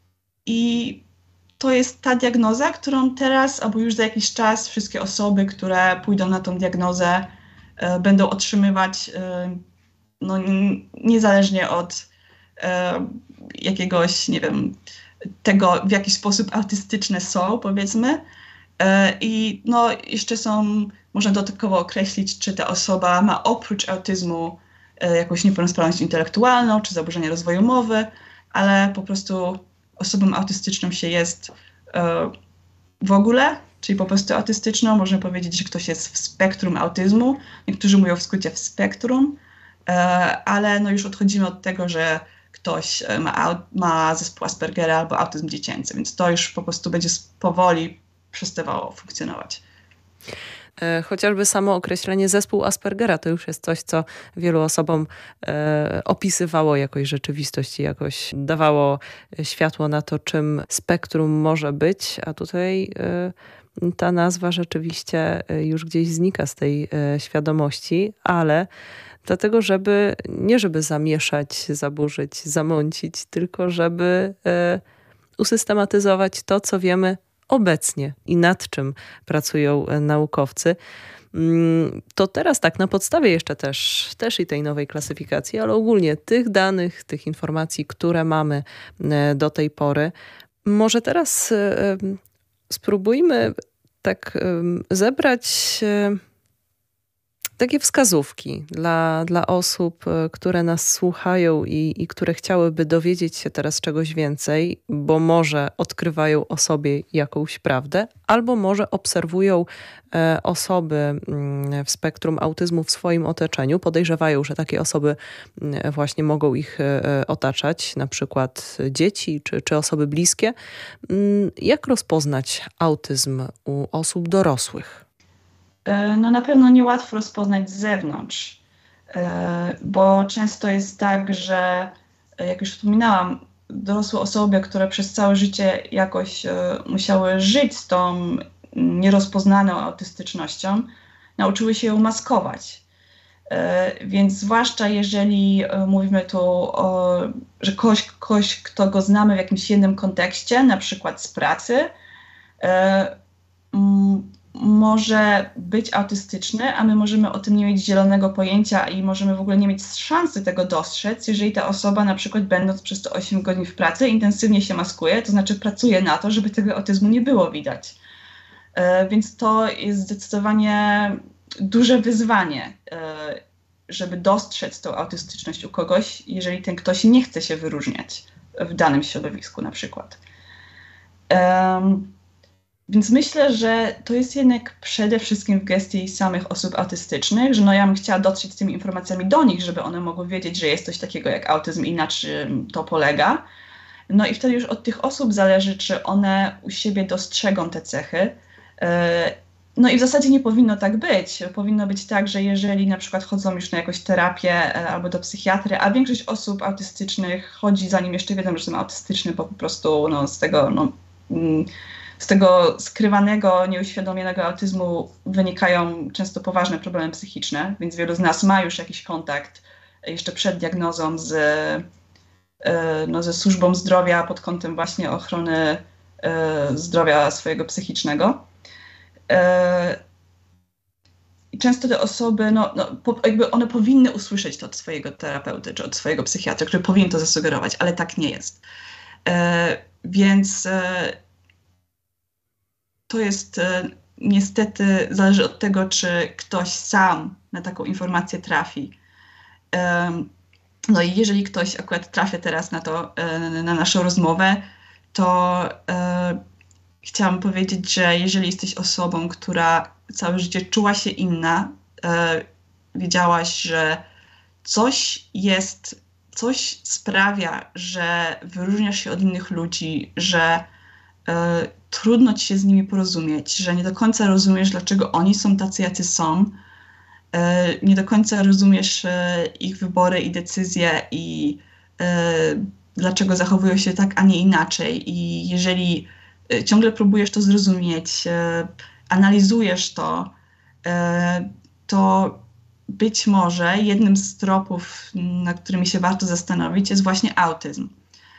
I to jest ta diagnoza, którą teraz albo już za jakiś czas wszystkie osoby, które pójdą na tą diagnozę, będą otrzymywać no, niezależnie od e, jakiegoś, nie wiem, tego, w jaki sposób autystyczne są, powiedzmy. E, I no, jeszcze są, można dodatkowo określić, czy ta osoba ma oprócz autyzmu e, jakąś niepełnosprawność intelektualną, czy zaburzenie rozwoju mowy, ale po prostu osobą autystyczną się jest e, w ogóle, czyli po prostu autystyczną. Można powiedzieć, że ktoś jest w spektrum autyzmu. Niektórzy mówią w skrócie w spektrum, e, ale no już odchodzimy od tego, że ktoś ma, ma zespół Aspergera albo autyzm dziecięcy, więc to już po prostu będzie powoli przestawało funkcjonować. Chociażby samo określenie zespół Aspergera to już jest coś, co wielu osobom e, opisywało jakoś rzeczywistość i jakoś dawało światło na to, czym spektrum może być, a tutaj e, ta nazwa rzeczywiście już gdzieś znika z tej e, świadomości, ale dlatego, żeby nie żeby zamieszać, zaburzyć, zamącić, tylko żeby e, usystematyzować to, co wiemy obecnie i nad czym pracują naukowcy. To teraz tak, na podstawie jeszcze też, też i tej nowej klasyfikacji, ale ogólnie tych danych, tych informacji, które mamy do tej pory, może teraz spróbujmy tak zebrać takie wskazówki dla, dla osób, które nas słuchają i, i które chciałyby dowiedzieć się teraz czegoś więcej, bo może odkrywają o sobie jakąś prawdę, albo może obserwują e, osoby m, w spektrum autyzmu w swoim otoczeniu, podejrzewają, że takie osoby m, właśnie mogą ich e, otaczać, na przykład dzieci czy, czy osoby bliskie. M, jak rozpoznać autyzm u osób dorosłych? No na pewno niełatwo rozpoznać z zewnątrz, bo często jest tak, że jak już wspominałam, dorosłe osoby, które przez całe życie jakoś musiały żyć z tą nierozpoznaną autystycznością, nauczyły się ją maskować. Więc zwłaszcza jeżeli mówimy tu o, że ktoś, ktoś, kto go znamy w jakimś jednym kontekście, na przykład z pracy, może być autystyczny, a my możemy o tym nie mieć zielonego pojęcia i możemy w ogóle nie mieć szansy tego dostrzec, jeżeli ta osoba na przykład będąc przez te osiem godzin w pracy intensywnie się maskuje, to znaczy pracuje na to, żeby tego autyzmu nie było widać. E, więc to jest zdecydowanie duże wyzwanie, e, żeby dostrzec tą autystyczność u kogoś, jeżeli ten ktoś nie chce się wyróżniać w danym środowisku na przykład. E, Więc myślę, że to jest jednak przede wszystkim w gestii samych osób autystycznych, że no ja bym chciała dotrzeć z tymi informacjami do nich, żeby one mogły wiedzieć, że jest coś takiego jak autyzm i na czym to polega. No i wtedy już od tych osób zależy, czy one u siebie dostrzegą te cechy. No i w zasadzie nie powinno tak być. Powinno być tak, że jeżeli na przykład chodzą już na jakąś terapię albo do psychiatry, a większość osób autystycznych chodzi zanim jeszcze wiedzą, że są autystyczni, bo po prostu no, z tego... No, z tego skrywanego, nieuświadomionego autyzmu wynikają często poważne problemy psychiczne, więc wielu z nas ma już jakiś kontakt jeszcze przed diagnozą z, no, ze służbą zdrowia pod kątem właśnie ochrony zdrowia swojego psychicznego. I często te osoby, no, no, jakby one powinny usłyszeć to od swojego terapeuty czy od swojego psychiatry, który powinien to zasugerować, ale tak nie jest. Więc to jest niestety, zależy od tego, czy ktoś sam na taką informację trafi. No i jeżeli ktoś akurat trafia teraz na to, na naszą rozmowę, to e, chciałam powiedzieć, że jeżeli jesteś osobą, która całe życie czuła się inna, e, wiedziałaś, że coś jest, coś sprawia, że wyróżniasz się od innych ludzi, że e, trudno ci się z nimi porozumieć, że nie do końca rozumiesz, dlaczego oni są tacy, jacy są, e, nie do końca rozumiesz e, ich wybory i decyzje i e, dlaczego zachowują się tak, a nie inaczej. I jeżeli e, ciągle próbujesz to zrozumieć, e, analizujesz to, e, to być może jednym z tropów, nad którymi się warto zastanowić, jest właśnie autyzm.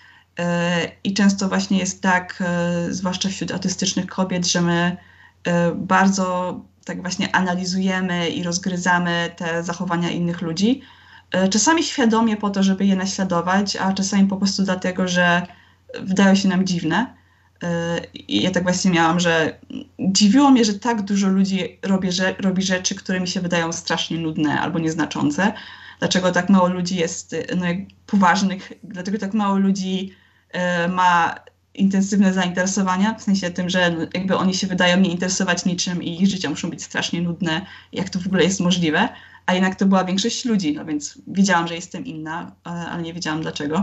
I często właśnie jest tak, zwłaszcza wśród autystycznych kobiet, że my bardzo tak właśnie analizujemy i rozgryzamy te zachowania innych ludzi. Czasami świadomie po to, żeby je naśladować, a czasami po prostu dlatego, że wydają się nam dziwne. I ja tak właśnie miałam, że dziwiło mnie, że tak dużo ludzi robi, że, robi rzeczy, które mi się wydają strasznie nudne albo nieznaczące. Dlaczego tak mało ludzi jest no, poważnych, dlaczego tak mało ludzi e, ma intensywne zainteresowania, w sensie tym, że jakby oni się wydają nie interesować niczym i ich życia muszą być strasznie nudne, jak to w ogóle jest możliwe, a jednak to była większość ludzi, no więc wiedziałam, że jestem inna, ale nie wiedziałam dlaczego.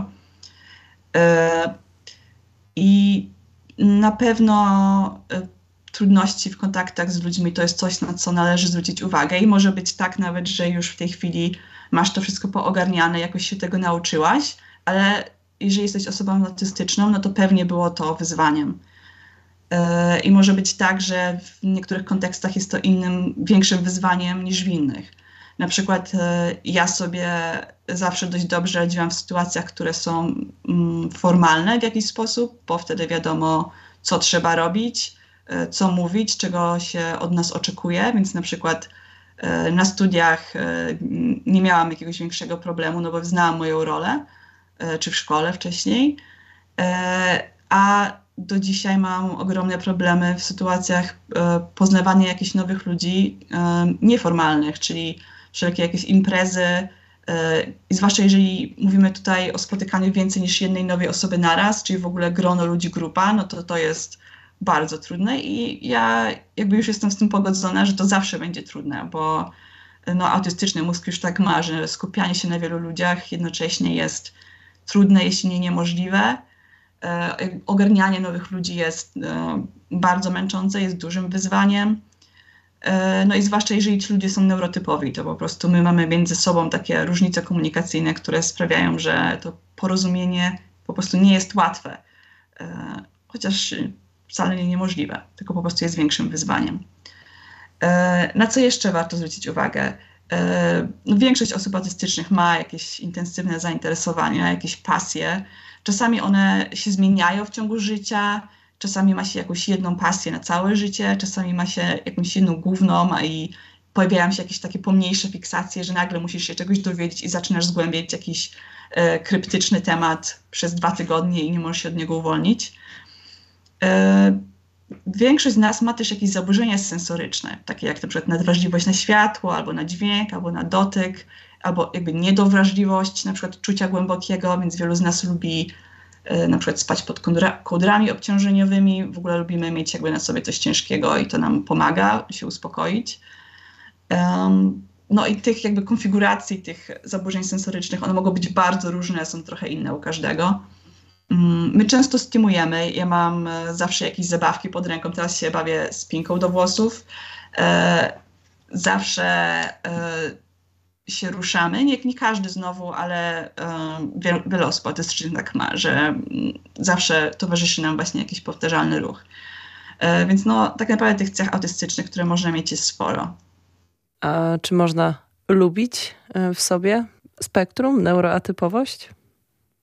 E, I na pewno e, trudności w kontaktach z ludźmi to jest coś, na co należy zwrócić uwagę i może być tak nawet, że już w tej chwili masz to wszystko poogarniane, jakoś się tego nauczyłaś, ale jeżeli jesteś osobą autystyczną, no to pewnie było to wyzwaniem. Yy, I może być tak, że w niektórych kontekstach jest to innym, większym wyzwaniem niż w innych. Na przykład yy, ja sobie zawsze dość dobrze radziłam w sytuacjach, które są mm, formalne w jakiś sposób, bo wtedy wiadomo, co trzeba robić, yy, co mówić, czego się od nas oczekuje, więc na przykład na studiach nie miałam jakiegoś większego problemu, no bo znałam moją rolę, czy w szkole wcześniej, a do dzisiaj mam ogromne problemy w sytuacjach poznawania jakichś nowych ludzi nieformalnych, czyli wszelkie jakieś imprezy, i zwłaszcza jeżeli mówimy tutaj o spotykaniu więcej niż jednej nowej osoby naraz, czyli w ogóle grono ludzi, grupa, no to to jest bardzo trudne i ja jakby już jestem z tym pogodzona, że to zawsze będzie trudne, bo no, autystyczny mózg już tak ma, że skupianie się na wielu ludziach jednocześnie jest trudne, jeśli nie niemożliwe. E, ogarnianie nowych ludzi jest e, bardzo męczące, jest dużym wyzwaniem. E, no i zwłaszcza jeżeli ci ludzie są neurotypowi, to po prostu my mamy między sobą takie różnice komunikacyjne, które sprawiają, że to porozumienie po prostu nie jest łatwe. E, chociaż wcale nie niemożliwe, tylko po prostu jest większym wyzwaniem. Na co jeszcze warto zwrócić uwagę? No, większość osób autystycznych ma jakieś intensywne zainteresowania, jakieś pasje. Czasami one się zmieniają w ciągu życia, czasami ma się jakąś jedną pasję na całe życie, czasami ma się jakąś jedną główną, a i pojawiają się jakieś takie pomniejsze fiksacje, że nagle musisz się czegoś dowiedzieć i zaczynasz zgłębiać jakiś e, kryptyczny temat przez dwa tygodnie i nie możesz się od niego uwolnić. Większość z nas ma też jakieś zaburzenia sensoryczne, takie jak na przykład nadwrażliwość na światło, albo na dźwięk, albo na dotyk, albo jakby niedowrażliwość na przykład czucia głębokiego, więc wielu z nas lubi na przykład spać pod kołdrami obciążeniowymi, w ogóle lubimy mieć jakby na sobie coś ciężkiego i to nam pomaga się uspokoić. Um, no i tych jakby konfiguracji tych zaburzeń sensorycznych, one mogą być bardzo różne, są trochę inne u każdego. My często stymujemy, ja mam zawsze jakieś zabawki pod ręką, teraz się bawię spinką do włosów, e, zawsze e, się ruszamy, nie, nie każdy znowu, ale e, wiele, wiele osób autystycznych tak ma, że zawsze towarzyszy nam właśnie jakiś powtarzalny ruch. E, więc no tak naprawdę tych cech autystycznych, które można mieć, jest sporo. A czy można lubić w sobie spektrum, neuroatypowość?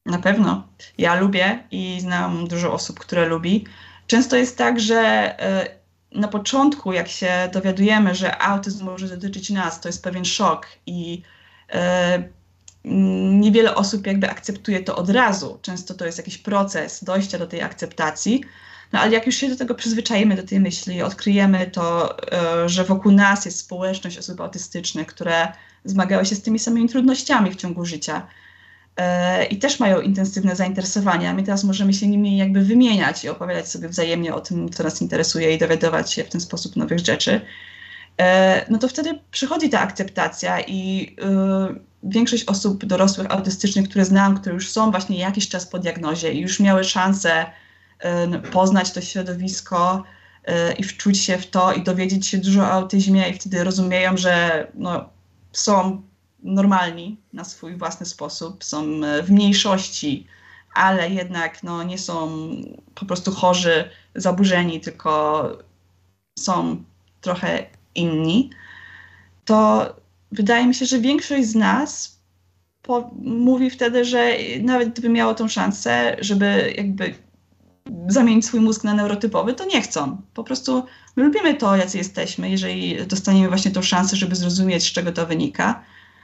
Na pewno. Ja lubię i znam dużo osób, które lubi. Często jest tak, że e, na początku, jak się dowiadujemy, że autyzm może dotyczyć nas, to jest pewien szok i e, mm, niewiele osób jakby akceptuje to od razu. Często to jest jakiś proces dojścia do tej akceptacji. No ale jak już się do tego przyzwyczajimy, do tej myśli, odkryjemy to, e, że wokół nas jest społeczność osób autystycznych, które zmagały się z tymi samymi trudnościami w ciągu życia, e, i też mają intensywne zainteresowania. My teraz możemy się nimi jakby wymieniać i opowiadać sobie wzajemnie o tym, co nas interesuje i dowiadywać się w ten sposób nowych rzeczy. E, no to wtedy przychodzi ta akceptacja i e, większość osób dorosłych autystycznych, które znam, które już są właśnie jakiś czas po diagnozie i już miały szansę e, poznać to środowisko e, i wczuć się w to i dowiedzieć się dużo o autyzmie i wtedy rozumieją, że no, są normalni na swój własny sposób, są w mniejszości, ale jednak no, nie są po prostu chorzy, zaburzeni, tylko są trochę inni, to wydaje mi się, że większość z nas po, mówi wtedy, że nawet gdyby miało tą szansę, żeby jakby zamienić swój mózg na neurotypowy, to nie chcą. Po prostu my lubimy to, jacy jesteśmy, jeżeli dostaniemy właśnie tą szansę, żeby zrozumieć, z czego to wynika.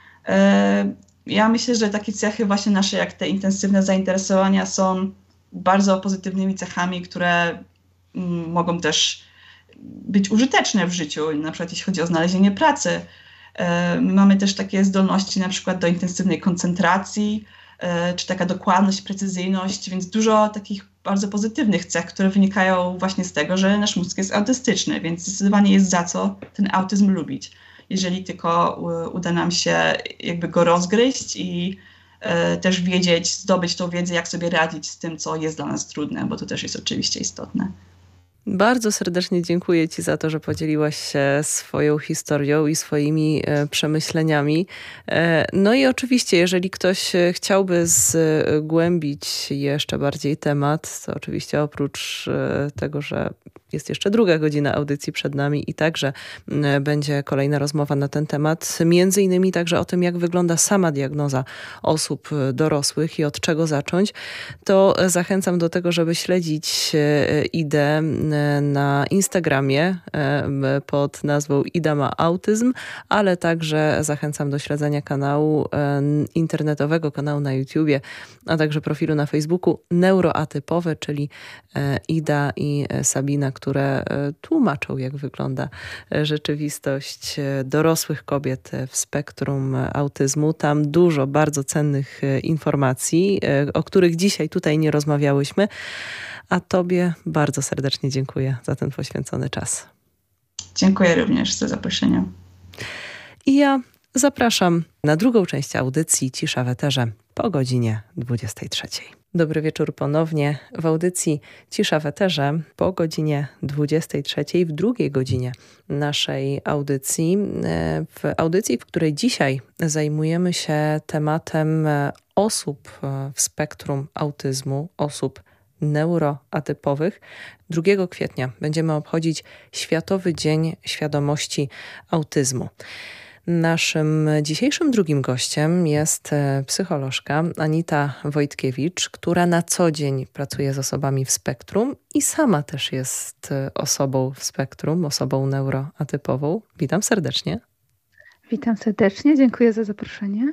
Ja myślę, że takie cechy właśnie nasze, jak te intensywne zainteresowania, są bardzo pozytywnymi cechami, które mm, mogą też być użyteczne w życiu, na przykład jeśli chodzi o znalezienie pracy. My mamy też takie zdolności na przykład do intensywnej koncentracji, czy taka dokładność, precyzyjność, więc dużo takich bardzo pozytywnych cech, które wynikają właśnie z tego, że nasz mózg jest autystyczny, więc zdecydowanie jest za co ten autyzm lubić, jeżeli tylko uda nam się jakby go rozgryźć i też wiedzieć, zdobyć tą wiedzę, jak sobie radzić z tym, co jest dla nas trudne, bo to też jest oczywiście istotne. Bardzo serdecznie dziękuję Ci za to, że podzieliłaś się swoją historią i swoimi e, przemyśleniami. E, no i oczywiście, jeżeli ktoś chciałby zgłębić jeszcze bardziej temat, to oczywiście oprócz e, tego, że jest jeszcze druga godzina audycji przed nami i także e, będzie kolejna rozmowa na ten temat, między innymi także o tym, jak wygląda sama diagnoza osób dorosłych i od czego zacząć, to zachęcam do tego, żeby śledzić e, Idę na Instagramie pod nazwą Ida ma autyzm, ale także zachęcam do śledzenia kanału internetowego, kanału na YouTubie, a także profilu na Facebooku Neuroatypowe, czyli Ida i Sabina, które tłumaczą, jak wygląda rzeczywistość dorosłych kobiet w spektrum autyzmu. Tam dużo bardzo cennych informacji, o których dzisiaj tutaj nie rozmawiałyśmy. A Tobie bardzo serdecznie dziękuję za ten poświęcony czas. Dziękuję również za zaproszenie. I ja zapraszam na drugą część audycji Cisza w eterze po godzinie dwudziestej trzeciej. Dobry wieczór ponownie w audycji Cisza w eterze po godzinie dwudziestej trzeciej, w drugiej godzinie naszej audycji. W audycji, w której dzisiaj zajmujemy się tematem osób w spektrum autyzmu, osób neuroatypowych. drugiego kwietnia będziemy obchodzić Światowy Dzień Świadomości Autyzmu. Naszym dzisiejszym drugim gościem jest psycholożka Anita Wojtkiewicz, która na co dzień pracuje z osobami w spektrum i sama też jest osobą w spektrum, osobą neuroatypową. Witam serdecznie. Witam serdecznie, dziękuję za zaproszenie.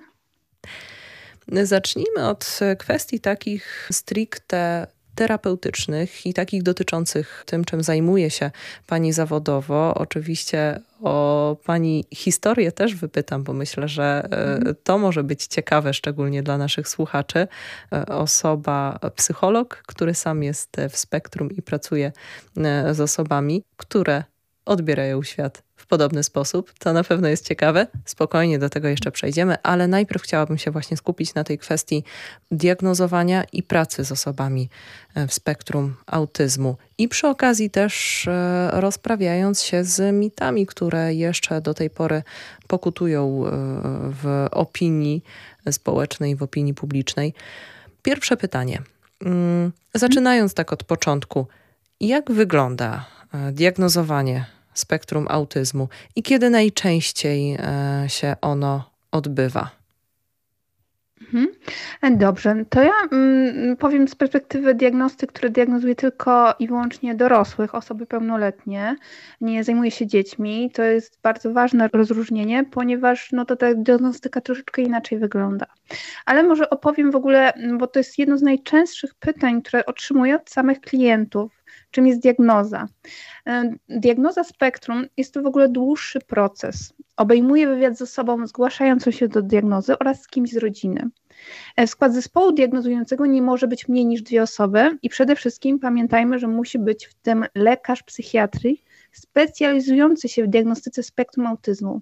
Zacznijmy od kwestii takich stricte terapeutycznych i takich dotyczących tym, czym zajmuje się Pani zawodowo. Oczywiście o Pani historię też wypytam, bo myślę, że to może być ciekawe, szczególnie dla naszych słuchaczy. Osoba, psycholog, który sam jest w spektrum i pracuje z osobami, które odbierają świat w podobny sposób. To na pewno jest ciekawe. Spokojnie do tego jeszcze przejdziemy, ale najpierw chciałabym się właśnie skupić na tej kwestii diagnozowania i pracy z osobami w spektrum autyzmu. I przy okazji też rozprawiając się z mitami, które jeszcze do tej pory pokutują w opinii społecznej, w opinii publicznej. Pierwsze pytanie. Zaczynając tak od początku. Jak wygląda diagnozowanie spektrum autyzmu i kiedy najczęściej się ono odbywa? Mhm. Dobrze, to ja mm, powiem z perspektywy diagnosty, który diagnozuje tylko i wyłącznie dorosłych, osoby pełnoletnie, nie zajmuje się dziećmi. To jest bardzo ważne rozróżnienie, ponieważ no, to ta diagnostyka troszeczkę inaczej wygląda. Ale może opowiem w ogóle, bo to jest jedno z najczęstszych pytań, które otrzymuję od samych klientów, czym jest diagnoza. Diagnoza spektrum jest to w ogóle dłuższy proces. Obejmuje wywiad z osobą zgłaszającą się do diagnozy oraz z kimś z rodziny. W skład zespołu diagnozującego nie może być mniej niż dwie osoby i przede wszystkim pamiętajmy, że musi być w tym lekarz psychiatrii specjalizujący się w diagnostyce spektrum autyzmu.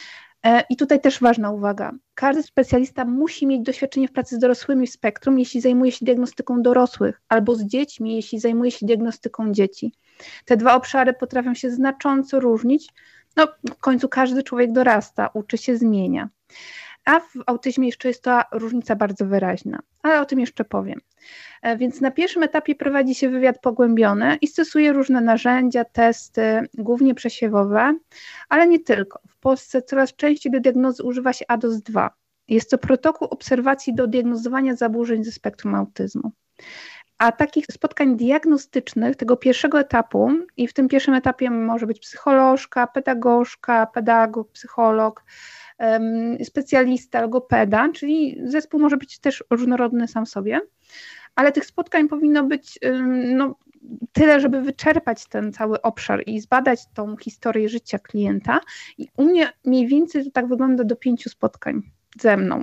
I tutaj też ważna uwaga. Każdy specjalista musi mieć doświadczenie w pracy z dorosłymi w spektrum, jeśli zajmuje się diagnostyką dorosłych, albo z dziećmi, jeśli zajmuje się diagnostyką dzieci. Te dwa obszary potrafią się znacząco różnić. No, w końcu każdy człowiek dorasta, uczy się, zmienia. A w autyzmie jeszcze jest ta różnica bardzo wyraźna, ale o tym jeszcze powiem. Więc na pierwszym etapie prowadzi się wywiad pogłębiony i stosuje różne narzędzia, testy, głównie przesiewowe, ale nie tylko. W Polsce coraz częściej do diagnozy używa się A D O S dwa. Jest to protokół obserwacji do diagnozowania zaburzeń ze spektrum autyzmu. A takich spotkań diagnostycznych, tego pierwszego etapu, i w tym pierwszym etapie może być psycholożka, pedagogzka, pedagog, psycholog, specjalista, logopeda, czyli zespół może być też różnorodny sam w sobie, ale tych spotkań powinno być no, tyle, żeby wyczerpać ten cały obszar i zbadać tą historię życia klienta. I u mnie mniej więcej to tak wygląda do pięciu spotkań ze mną.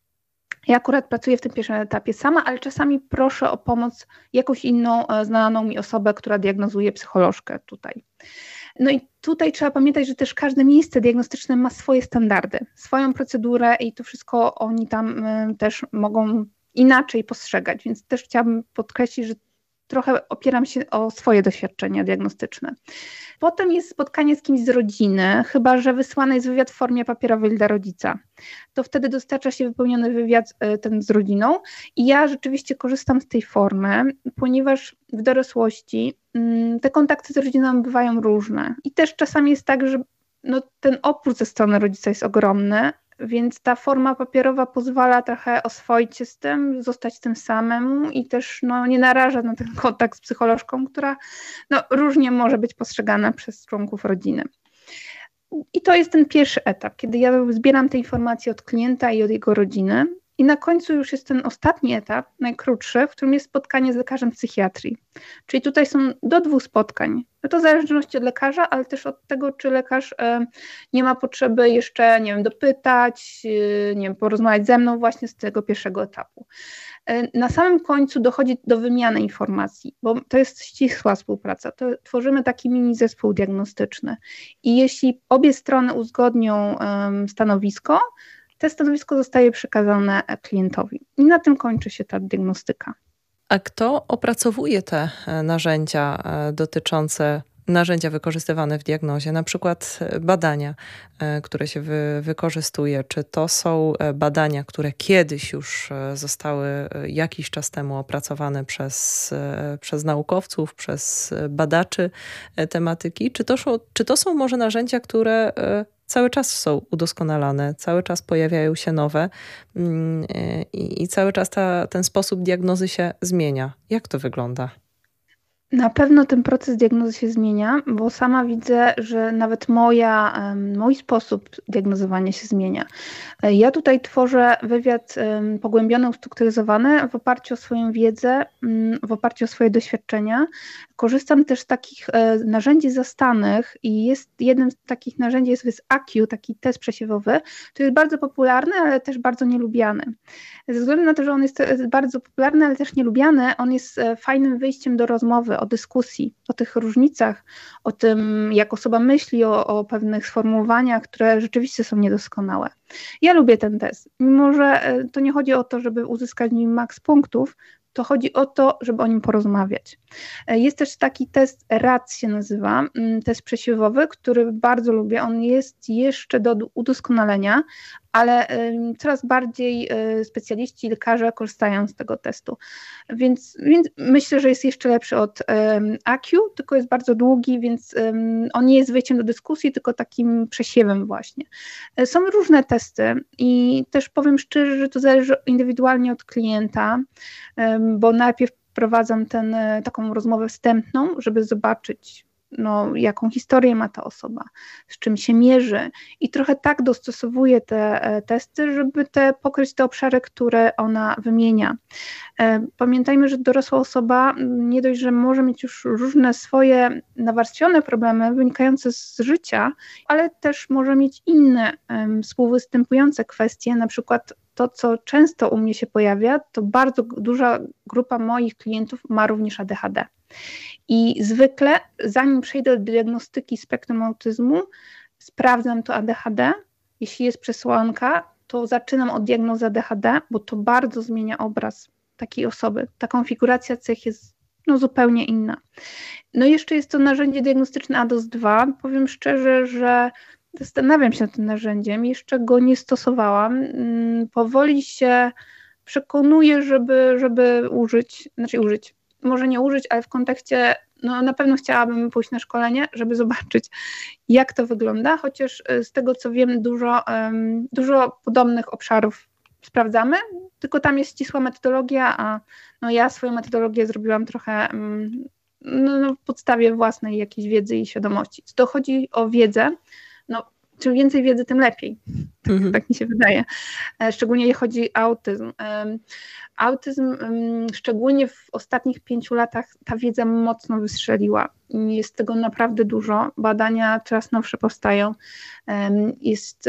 Ja akurat pracuję w tym pierwszym etapie sama, ale czasami proszę o pomoc jakąś inną, znaną mi osobę, która diagnozuje psycholożkę tutaj. No i tutaj trzeba pamiętać, że też każde miejsce diagnostyczne ma swoje standardy, swoją procedurę i to wszystko oni tam też mogą inaczej postrzegać, więc też chciałabym podkreślić, że trochę opieram się o swoje doświadczenia diagnostyczne. Potem jest spotkanie z kimś z rodziny, chyba że wysłany jest wywiad w formie papierowej dla rodzica. To wtedy dostarcza się wypełniony wywiad ten z rodziną i ja rzeczywiście korzystam z tej formy, ponieważ w dorosłości te kontakty z rodziną bywają różne i też czasami jest tak, że no, ten opór ze strony rodzica jest ogromny, więc ta forma papierowa pozwala trochę oswoić się z tym, zostać tym samemu i też no, nie naraża na ten kontakt z psycholożką, która no, różnie może być postrzegana przez członków rodziny. I to jest ten pierwszy etap, kiedy ja zbieram te informacje od klienta i od jego rodziny. I na końcu już jest ten ostatni etap, najkrótszy, w którym jest spotkanie z lekarzem psychiatrii. Czyli tutaj są do dwóch spotkań. No to w zależności od lekarza, ale też od tego, czy lekarz e, nie ma potrzeby jeszcze, nie wiem, dopytać, e, nie wiem, porozmawiać ze mną właśnie z tego pierwszego etapu. E, na samym końcu dochodzi do wymiany informacji, bo to jest ścisła współpraca. To tworzymy taki mini zespół diagnostyczny. I jeśli obie strony uzgodnią e, stanowisko, to stanowisko zostaje przekazane klientowi. I na tym kończy się ta diagnostyka. A kto opracowuje te narzędzia dotyczące narzędzia wykorzystywane w diagnozie, na przykład badania, które się wy, wykorzystuje? Czy to są badania, które kiedyś już zostały jakiś czas temu opracowane przez, przez naukowców, przez badaczy tematyki? Czy to, czy to są może narzędzia, które cały czas są udoskonalane, cały czas pojawiają się nowe i, i cały czas ta, ten sposób diagnozy się zmienia? Jak to wygląda? Na pewno ten proces diagnozy się zmienia, bo sama widzę, że nawet moja, mój sposób diagnozowania się zmienia. Ja tutaj tworzę wywiad pogłębiony, ustrukturyzowany w oparciu o swoją wiedzę, w oparciu o swoje doświadczenia. Korzystam też z takich narzędzi zastanych i jest jednym z takich narzędzi jest, jest A Q, taki test przesiewowy. To jest bardzo popularny, ale też bardzo nielubiany. Ze względu na to, że on jest bardzo popularny, ale też nielubiany, on jest fajnym wyjściem do rozmowy, o dyskusji, o tych różnicach, o tym, jak osoba myśli, o, o pewnych sformułowaniach, które rzeczywiście są niedoskonałe. Ja lubię ten test, mimo że to nie chodzi o to, żeby uzyskać nim maks punktów, to chodzi o to, żeby o nim porozmawiać. Jest też taki test R A C się nazywa, test przesiewowy, który bardzo lubię. On jest jeszcze do udoskonalenia, ale coraz bardziej specjaliści, lekarze korzystają z tego testu. Więc, więc myślę, że jest jeszcze lepszy od A Q, tylko jest bardzo długi, więc on nie jest wyjściem do dyskusji, tylko takim przesiewem właśnie. Są różne testy i też powiem szczerze, że to zależy indywidualnie od klienta, bo najpierw prowadzam ten, taką rozmowę wstępną, żeby zobaczyć, no, jaką historię ma ta osoba, z czym się mierzy i trochę tak dostosowuję te e, testy, żeby te pokryć te obszary, które ona wymienia. E, pamiętajmy, że dorosła osoba nie dość, że może mieć już różne swoje nawarstwione problemy wynikające z życia, ale też może mieć inne e, współwystępujące kwestie, na przykład to, co często u mnie się pojawia, to bardzo duża grupa moich klientów ma również A D H D. I zwykle, zanim przejdę do diagnostyki spektrum autyzmu, sprawdzam to A D H D. Jeśli jest przesłanka, to zaczynam od diagnozy A D H D, bo to bardzo zmienia obraz takiej osoby. Ta konfiguracja cech jest no, zupełnie inna. No i jeszcze jest to narzędzie diagnostyczne A D O S dwa. Powiem szczerze, że zastanawiam się nad tym narzędziem, jeszcze go nie stosowałam. Powoli się przekonuję, żeby, żeby użyć, znaczy użyć, może nie użyć, ale w kontekście, no na pewno chciałabym pójść na szkolenie, żeby zobaczyć, jak to wygląda, chociaż z tego, co wiem, dużo, um, dużo podobnych obszarów sprawdzamy, tylko tam jest ścisła metodologia, a no ja swoją metodologię zrobiłam trochę um, no, no, w podstawie własnej jakiejś wiedzy i świadomości. Co chodzi o wiedzę, no czym więcej wiedzy, tym lepiej. Tak, mhm. tak mi się wydaje. Szczególnie jeśli chodzi o autyzm. Autyzm, szczególnie w ostatnich pięciu latach, ta wiedza mocno wystrzeliła. Jest tego naprawdę dużo. Badania coraz nowsze powstają. Jest,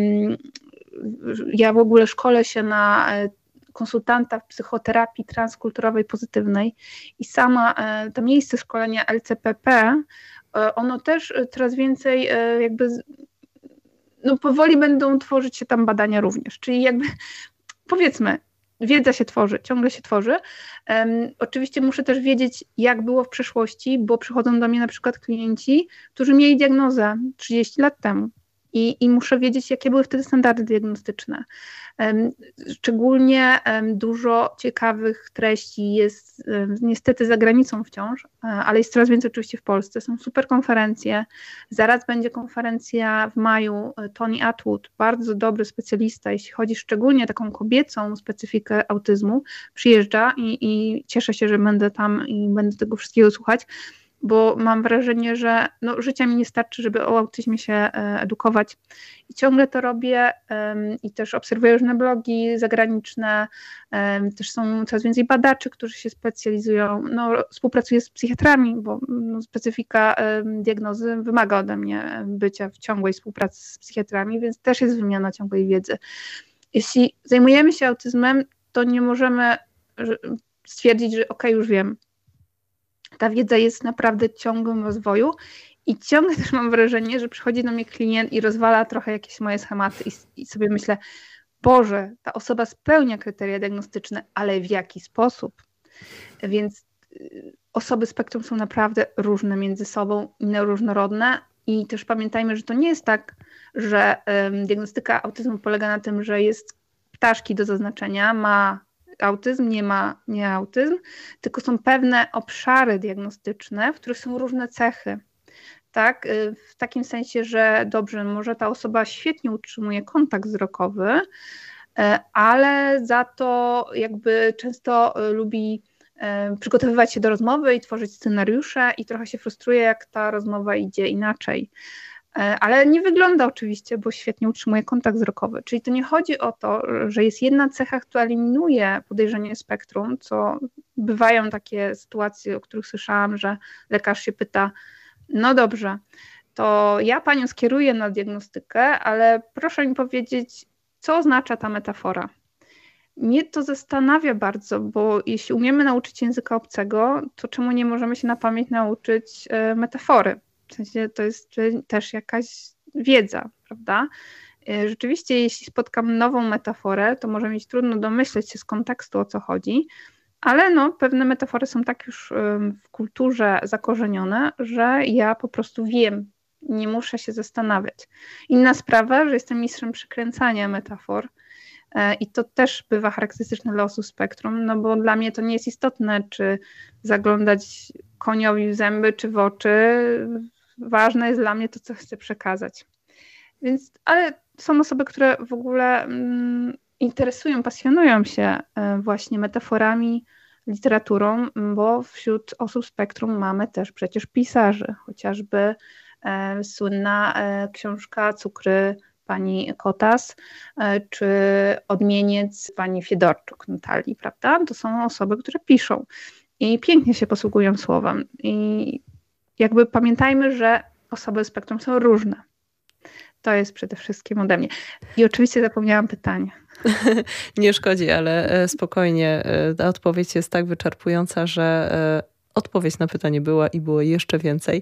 ja w ogóle szkolę się na konsultanta w psychoterapii transkulturowej pozytywnej i sama to miejsce szkolenia L C P P, ono też coraz więcej jakby no powoli będą tworzyć się tam badania również, czyli jakby powiedzmy, wiedza się tworzy, ciągle się tworzy. Um, oczywiście muszę też wiedzieć, jak było w przeszłości, bo przychodzą do mnie na przykład klienci, którzy mieli diagnozę trzydzieści lat temu i, i muszę wiedzieć, jakie były wtedy standardy diagnostyczne. Um, szczególnie um, dużo ciekawych treści jest um, niestety za granicą wciąż, ale jest coraz więcej oczywiście w Polsce. Są super konferencje. Zaraz będzie konferencja w maju. Tony Atwood, bardzo dobry specjalista, jeśli chodzi szczególnie o taką kobiecą specyfikę autyzmu, przyjeżdża i, i cieszę się, że będę tam i będę tego wszystkiego słuchać, bo mam wrażenie, że no, życia mi nie starczy, żeby o autyzmie się e, edukować. I ciągle to robię um, i też obserwuję różne blogi zagraniczne, um, też są coraz więcej badaczy, którzy się specjalizują. No, współpracuję z psychiatrami, bo no, specyfika um, diagnozy wymaga ode mnie bycia w ciągłej współpracy z psychiatrami, więc też jest wymiana ciągłej wiedzy. Jeśli zajmujemy się autyzmem, to nie możemy stwierdzić, że okej, już wiem. Ta wiedza jest naprawdę w ciągłym rozwoju i ciągle też mam wrażenie, że przychodzi do mnie klient i rozwala trochę jakieś moje schematy i, i sobie myślę, Boże, ta osoba spełnia kryteria diagnostyczne, ale w jaki sposób? Więc y, osoby spektrum są naprawdę różne między sobą i różnorodne i też pamiętajmy, że to nie jest tak, że y, diagnostyka autyzmu polega na tym, że jest ptaszki do zaznaczenia, ma autyzm, nie ma nie autyzm, tylko są pewne obszary diagnostyczne, w których są różne cechy. Tak? W takim sensie, że dobrze, może ta osoba świetnie utrzymuje kontakt wzrokowy, ale za to jakby często lubi przygotowywać się do rozmowy i tworzyć scenariusze i trochę się frustruje, jak ta rozmowa idzie inaczej. Ale nie wygląda oczywiście, bo świetnie utrzymuje kontakt wzrokowy. Czyli to nie chodzi o to, że jest jedna cecha, która eliminuje podejrzenie spektrum, co bywają takie sytuacje, o których słyszałam, że lekarz się pyta, no dobrze, to ja panią skieruję na diagnostykę, ale proszę mi powiedzieć, co oznacza ta metafora. Mnie to zastanawia bardzo, bo jeśli umiemy nauczyć języka obcego, to czemu nie możemy się na pamięć nauczyć metafory? W sensie to jest też jakaś wiedza, prawda? Rzeczywiście, jeśli spotkam nową metaforę, to może mieć trudno domyśleć się z kontekstu, o co chodzi, ale no, pewne metafory są tak już w kulturze zakorzenione, że ja po prostu wiem, Nie muszę się zastanawiać. Inna sprawa, że jestem mistrzem przykręcania metafor i to też bywa charakterystyczne dla osób spektrum, no bo dla mnie to nie jest istotne, czy zaglądać koniowi w zęby, czy w oczy. Ważne jest dla mnie to, co chcę przekazać. Więc, ale są osoby, które w ogóle mm, interesują, pasjonują się właśnie metaforami, literaturą, bo wśród osób spektrum mamy też przecież pisarzy, chociażby e, słynna e, książka Cukry pani Kotas, e, czy Odmieniec pani Fiedorczuk Natalii, prawda? To są osoby, które piszą i pięknie się posługują słowem. I jakby pamiętajmy, że osoby spektrum są różne. To jest przede wszystkim ode mnie. I oczywiście zapomniałam pytania. Nie szkodzi, ale spokojnie. Ta odpowiedź jest tak wyczerpująca, że odpowiedź na pytanie była i było jeszcze więcej.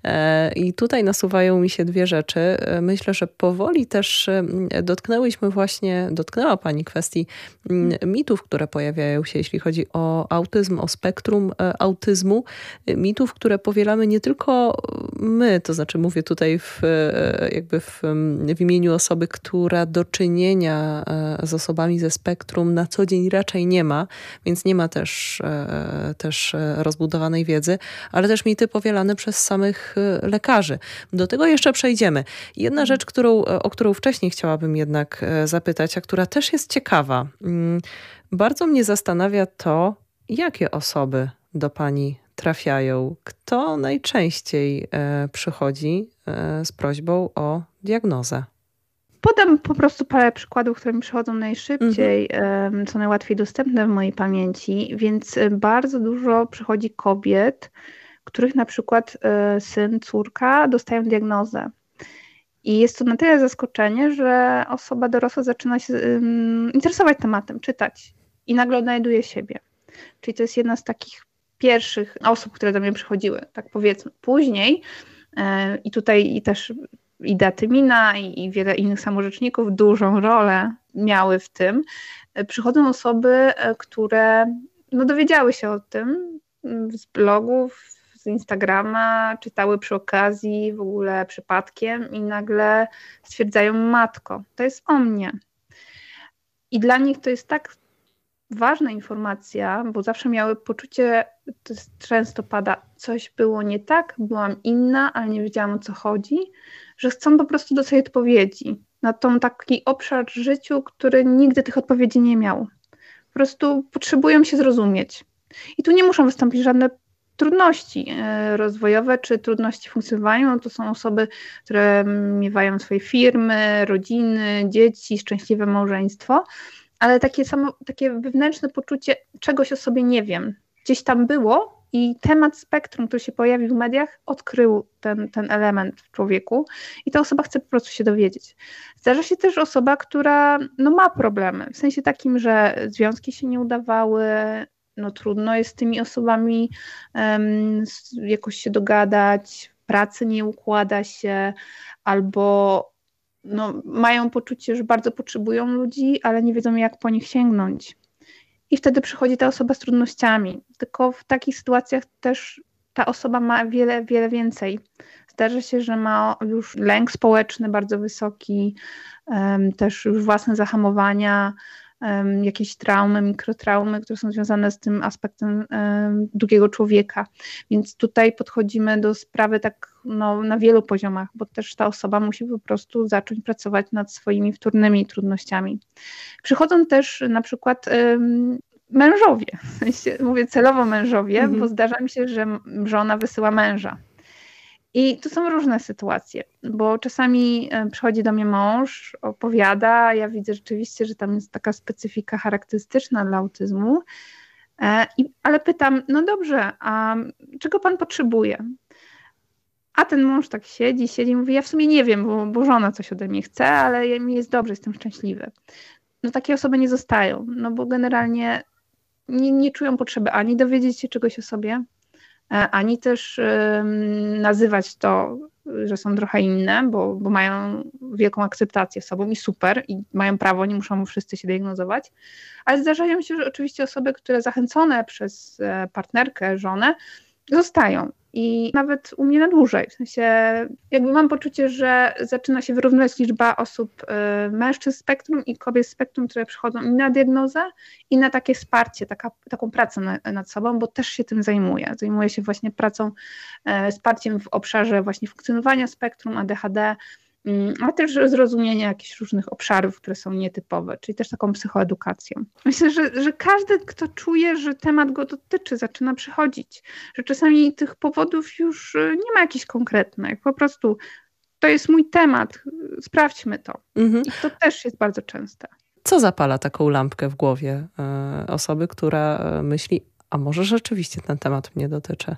I tutaj nasuwają mi się dwie rzeczy. Myślę, że powoli też dotknęłyśmy właśnie, dotknęła Pani kwestii mitów, które pojawiają się, jeśli chodzi o autyzm, o spektrum autyzmu. Mitów, które powielamy nie tylko my, to znaczy mówię tutaj w, jakby w, w imieniu osoby, która do czynienia z osobami ze spektrum na co dzień raczej nie ma, więc nie ma też, też rozbudowanej wiedzy, ale też mity powielane przez samych lekarzy. Do tego jeszcze przejdziemy. Jedna rzecz, którą, o którą wcześniej chciałabym jednak zapytać, a która też jest ciekawa. Bardzo mnie zastanawia to, jakie osoby do Pani trafiają. Kto najczęściej przychodzi z prośbą o diagnozę? Podam po prostu parę przykładów, które mi przychodzą najszybciej, mhm. co najłatwiej dostępne w mojej pamięci, więc bardzo dużo przychodzi kobiet, których na przykład syn, córka dostają diagnozę. I jest to na tyle zaskoczenie, że osoba dorosła zaczyna się interesować tematem, czytać i nagle odnajduje siebie. Czyli to jest jedna z takich pierwszych osób, które do mnie przychodziły, tak powiedzmy. Później i tutaj i też i Datymina, i, i wiele innych samorzeczników dużą rolę miały w tym. Przychodzą osoby, które no, dowiedziały się o tym z blogów, z Instagrama, czytały przy okazji, w ogóle przypadkiem i nagle stwierdzają: matko, to jest o mnie. I dla nich to jest tak ważna informacja, bo zawsze miały poczucie, to jest, często pada, coś było nie tak, byłam inna, ale nie wiedziałam, o co chodzi, że chcą po prostu dostać odpowiedzi na tą taki obszar w życiu, który nigdy tych odpowiedzi nie miał. Po prostu potrzebują się zrozumieć. I tu nie muszą wystąpić żadne trudności rozwojowe czy trudności w funkcjonowaniu. To są osoby, które miewają swoje firmy, rodziny, dzieci, szczęśliwe małżeństwo, ale takie samo, takie wewnętrzne poczucie, czegoś o sobie nie wiem. Gdzieś tam było i temat spektrum, który się pojawił w mediach, odkrył ten, ten element w człowieku i ta osoba chce po prostu się dowiedzieć. Zdarza się też osoba, która no, ma problemy, w sensie takim, że związki się nie udawały, no trudno jest z tymi osobami um, jakoś się dogadać, pracy nie układa się, albo no, mają poczucie, że bardzo potrzebują ludzi, ale nie wiedzą, jak po nich sięgnąć. I wtedy przychodzi ta osoba z trudnościami. Tylko w takich sytuacjach też ta osoba ma wiele, wiele więcej. Zdarza się, że ma już lęk społeczny bardzo wysoki, um, też już własne zahamowania, um, jakieś traumy, mikrotraumy, które są związane z tym aspektem um, drugiego człowieka. Więc tutaj podchodzimy do sprawy tak no, na wielu poziomach, bo też ta osoba musi po prostu zacząć pracować nad swoimi wtórnymi trudnościami. Przychodzą też na przykład um, mężowie, w sensie mówię celowo mężowie, mhm. bo zdarza mi się, że żona wysyła męża. I to są różne sytuacje, bo czasami przychodzi do mnie mąż, opowiada, ja widzę rzeczywiście, że tam jest taka specyfika charakterystyczna dla autyzmu, i, ale pytam, no dobrze, a czego pan potrzebuje? A ten mąż tak siedzi, siedzi i mówi, ja w sumie nie wiem, bo, bo żona coś ode mnie chce, ale mi jest dobrze, jestem szczęśliwy. No takie osoby nie zostają, no bo generalnie nie, nie czują potrzeby ani dowiedzieć się czegoś o sobie, ani też um, nazywać to, że są trochę inne, bo, bo mają wielką akceptację sobą i super, i mają prawo, nie muszą wszyscy się diagnozować, ale zdarzają się że oczywiście osoby, które zachęcone przez partnerkę, żonę, zostają. I nawet u mnie na dłużej. W sensie jakby mam poczucie, że zaczyna się wyrównywać liczba osób, y, mężczyzn z spektrum i kobiet z spektrum, które przychodzą i na diagnozę, i na takie wsparcie, taka, taką pracę na, nad sobą, bo też się tym zajmuję. Zajmuję się właśnie pracą, y, wsparciem w obszarze właśnie funkcjonowania spektrum, A D H D, ale też zrozumienia jakichś różnych obszarów, które są nietypowe, czyli też taką psychoedukacją. Myślę, że, że każdy, kto czuje, że temat go dotyczy, zaczyna przychodzić, że czasami tych powodów już nie ma jakichś konkretnych, po prostu to jest mój temat, sprawdźmy to. Mhm. I to też jest bardzo częste. Co zapala taką lampkę w głowie y, osoby, która myśli, a może rzeczywiście ten temat mnie dotyczy?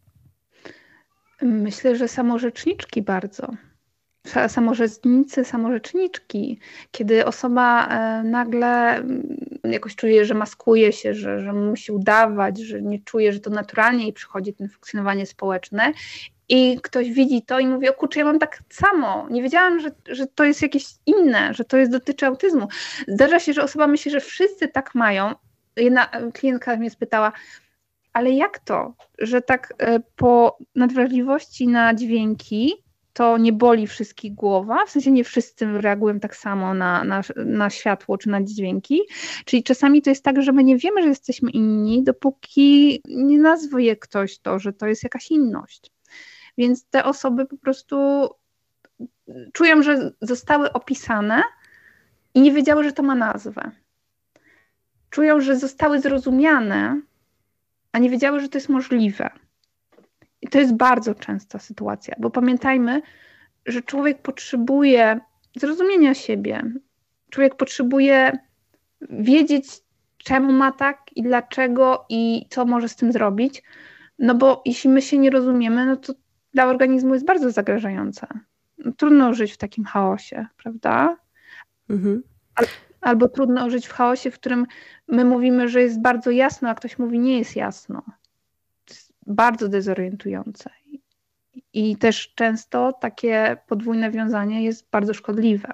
Myślę, że samorzeczniczki bardzo. Samorzecznicy, samorzeczniczki, kiedy osoba nagle jakoś czuje, że maskuje się, że, że musi udawać, że nie czuje, że to naturalnie jej przychodzi ten funkcjonowanie społeczne i ktoś widzi to i mówi, o kurczę, ja mam tak samo, nie wiedziałam, że, że to jest jakieś inne, że to jest dotyczy autyzmu. Zdarza się, że osoba myśli, że wszyscy tak mają. Jedna klientka mnie spytała, ale jak to, że tak po nadwrażliwości na dźwięki to nie boli wszystkich głowa, w sensie nie wszyscy reagują tak samo na, na, na światło czy na dźwięki, czyli czasami to jest tak, że my nie wiemy, że jesteśmy inni, dopóki nie nazwie je ktoś to, że to jest jakaś inność. Więc te osoby po prostu czują, że zostały opisane i nie wiedziały, że to ma nazwę. Czują, że zostały zrozumiane, a nie wiedziały, że to jest możliwe. I to jest bardzo częsta sytuacja, bo pamiętajmy, że człowiek potrzebuje zrozumienia siebie. Człowiek potrzebuje wiedzieć, czemu ma tak i dlaczego i co może z tym zrobić. No bo jeśli my się nie rozumiemy, no to dla organizmu jest bardzo zagrażające. No, trudno żyć w takim chaosie, prawda? Mhm. Al- albo trudno żyć w chaosie, w którym my mówimy, że jest bardzo jasno, a ktoś mówi, nie jest jasno. Bardzo dezorientujące. I też często takie podwójne wiązanie jest bardzo szkodliwe.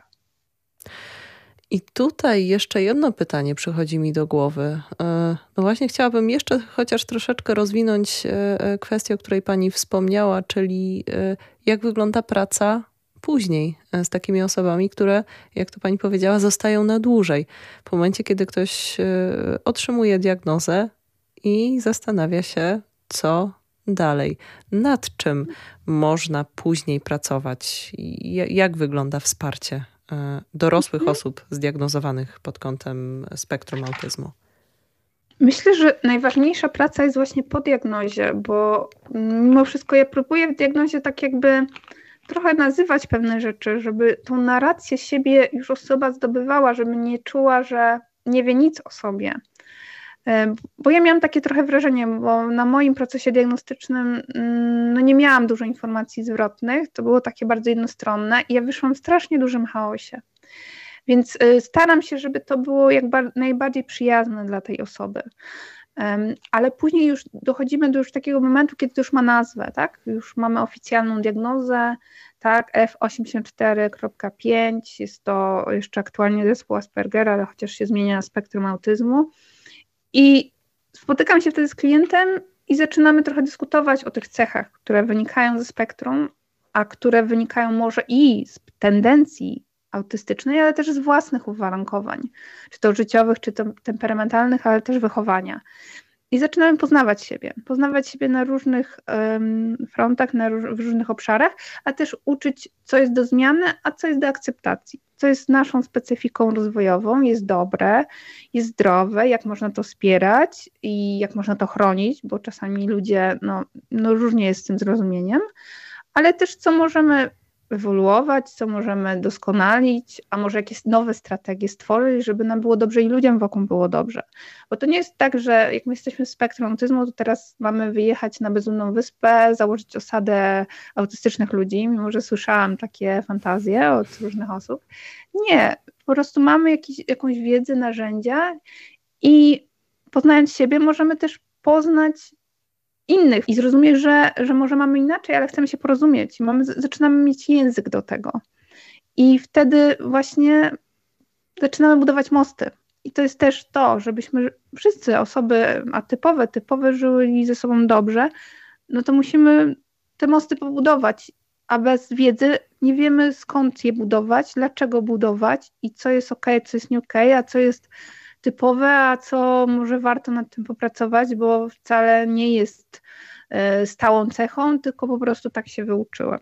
I tutaj jeszcze jedno pytanie przychodzi mi do głowy. No właśnie chciałabym jeszcze chociaż troszeczkę rozwinąć kwestię, o której pani wspomniała, czyli jak wygląda praca później z takimi osobami, które, jak to pani powiedziała, zostają na dłużej. W momencie, kiedy ktoś otrzymuje diagnozę i zastanawia się, co dalej. Nad czym można później pracować? Jak wygląda wsparcie dorosłych mhm. osób zdiagnozowanych pod kątem spektrum autyzmu? Myślę, że najważniejsza praca jest właśnie po diagnozie, bo mimo wszystko ja próbuję w diagnozie tak jakby trochę nazywać pewne rzeczy, żeby tą narrację siebie już osoba zdobywała, żeby nie czuła, że nie wie nic o sobie. Bo ja miałam takie trochę wrażenie, bo na moim procesie diagnostycznym no nie miałam dużo informacji zwrotnych, to było takie bardzo jednostronne i ja wyszłam w strasznie dużym chaosie. Więc staram się, żeby to było jak najbardziej przyjazne dla tej osoby. Ale później już dochodzimy do już takiego momentu, kiedy to już ma nazwę, tak? Już mamy oficjalną diagnozę, tak? F osiemdziesiąt cztery kropka pięć, jest to jeszcze aktualnie zespół Aspergera, ale chociaż się zmienia na spektrum autyzmu. I spotykam się wtedy z klientem i zaczynamy trochę dyskutować o tych cechach, które wynikają ze spektrum, a które wynikają może i z tendencji autystycznej, ale też z własnych uwarunkowań, czy to życiowych, czy to temperamentalnych, ale też wychowania. I zaczynamy poznawać siebie, poznawać siebie na różnych um, frontach, na róż- w różnych obszarach, a też uczyć, co jest do zmiany, a co jest do akceptacji, co jest naszą specyfiką rozwojową, jest dobre, jest zdrowe, jak można to wspierać i jak można to chronić, bo czasami ludzie, no, no różnie jest z tym zrozumieniem, ale też co możemy ewoluować, co możemy doskonalić, a może jakieś nowe strategie stworzyć, żeby nam było dobrze i ludziom wokół było dobrze. Bo to nie jest tak, że jak my jesteśmy w spektrum autyzmu, to teraz mamy wyjechać na bezludną wyspę, założyć osadę autystycznych ludzi, mimo że słyszałam takie fantazje od różnych osób. Nie, po prostu mamy jakiś, jakąś wiedzę, narzędzia i poznając siebie możemy też poznać innych i zrozumieć, że, że może mamy inaczej, ale chcemy się porozumieć. Mamy, zaczynamy mieć język do tego. I wtedy właśnie zaczynamy budować mosty. I to jest też to, żebyśmy wszyscy osoby atypowe, typowe żyli ze sobą dobrze, no to musimy te mosty pobudować, a bez wiedzy nie wiemy, skąd je budować, dlaczego budować i co jest okej, co jest nie okej, a co jest typowe, a co może warto nad tym popracować, bo wcale nie jest stałą cechą, tylko po prostu tak się wyuczyłem.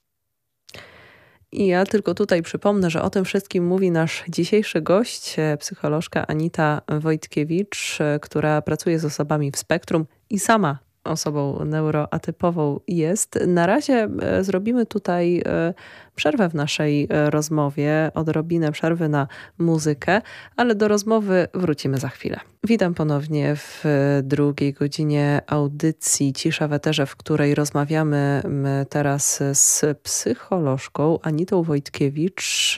I ja tylko tutaj przypomnę, że o tym wszystkim mówi nasz dzisiejszy gość, psycholożka Anita Wojtkiewicz, która pracuje z osobami w spektrum i sama osobą neuroatypową jest. Na razie zrobimy tutaj przerwę w naszej rozmowie, odrobinę przerwy na muzykę, ale do rozmowy wrócimy za chwilę. Witam ponownie w drugiej godzinie audycji Cisza w Eterze, w której rozmawiamy teraz z psycholożką Anitą Wojtkiewicz.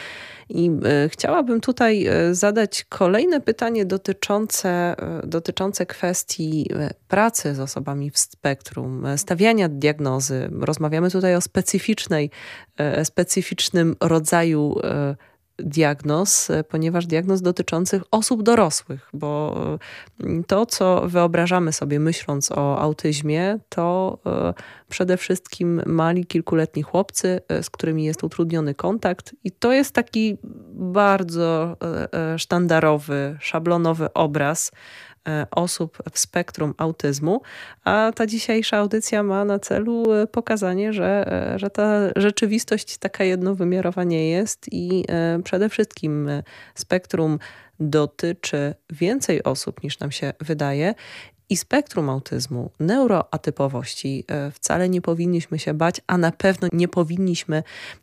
I chciałabym tutaj zadać kolejne pytanie dotyczące, dotyczące kwestii pracy z osobami w spektrum, stawiania diagnozy. Rozmawiamy tutaj o specyficznej, specyficznym rodzaju diagnoz, ponieważ diagnoz dotyczących osób dorosłych, bo to, co wyobrażamy sobie myśląc o autyzmie, to przede wszystkim mali, kilkuletni chłopcy, z którymi jest utrudniony kontakt i to jest taki bardzo sztandarowy, szablonowy obraz osób w spektrum autyzmu, a ta dzisiejsza audycja ma na celu pokazanie, że, że ta rzeczywistość taka jednowymiarowa nie jest i przede wszystkim spektrum dotyczy więcej osób niż nam się wydaje i spektrum autyzmu, neuroatypowości wcale nie powinniśmy się bać, a na pewno nie powinniśmy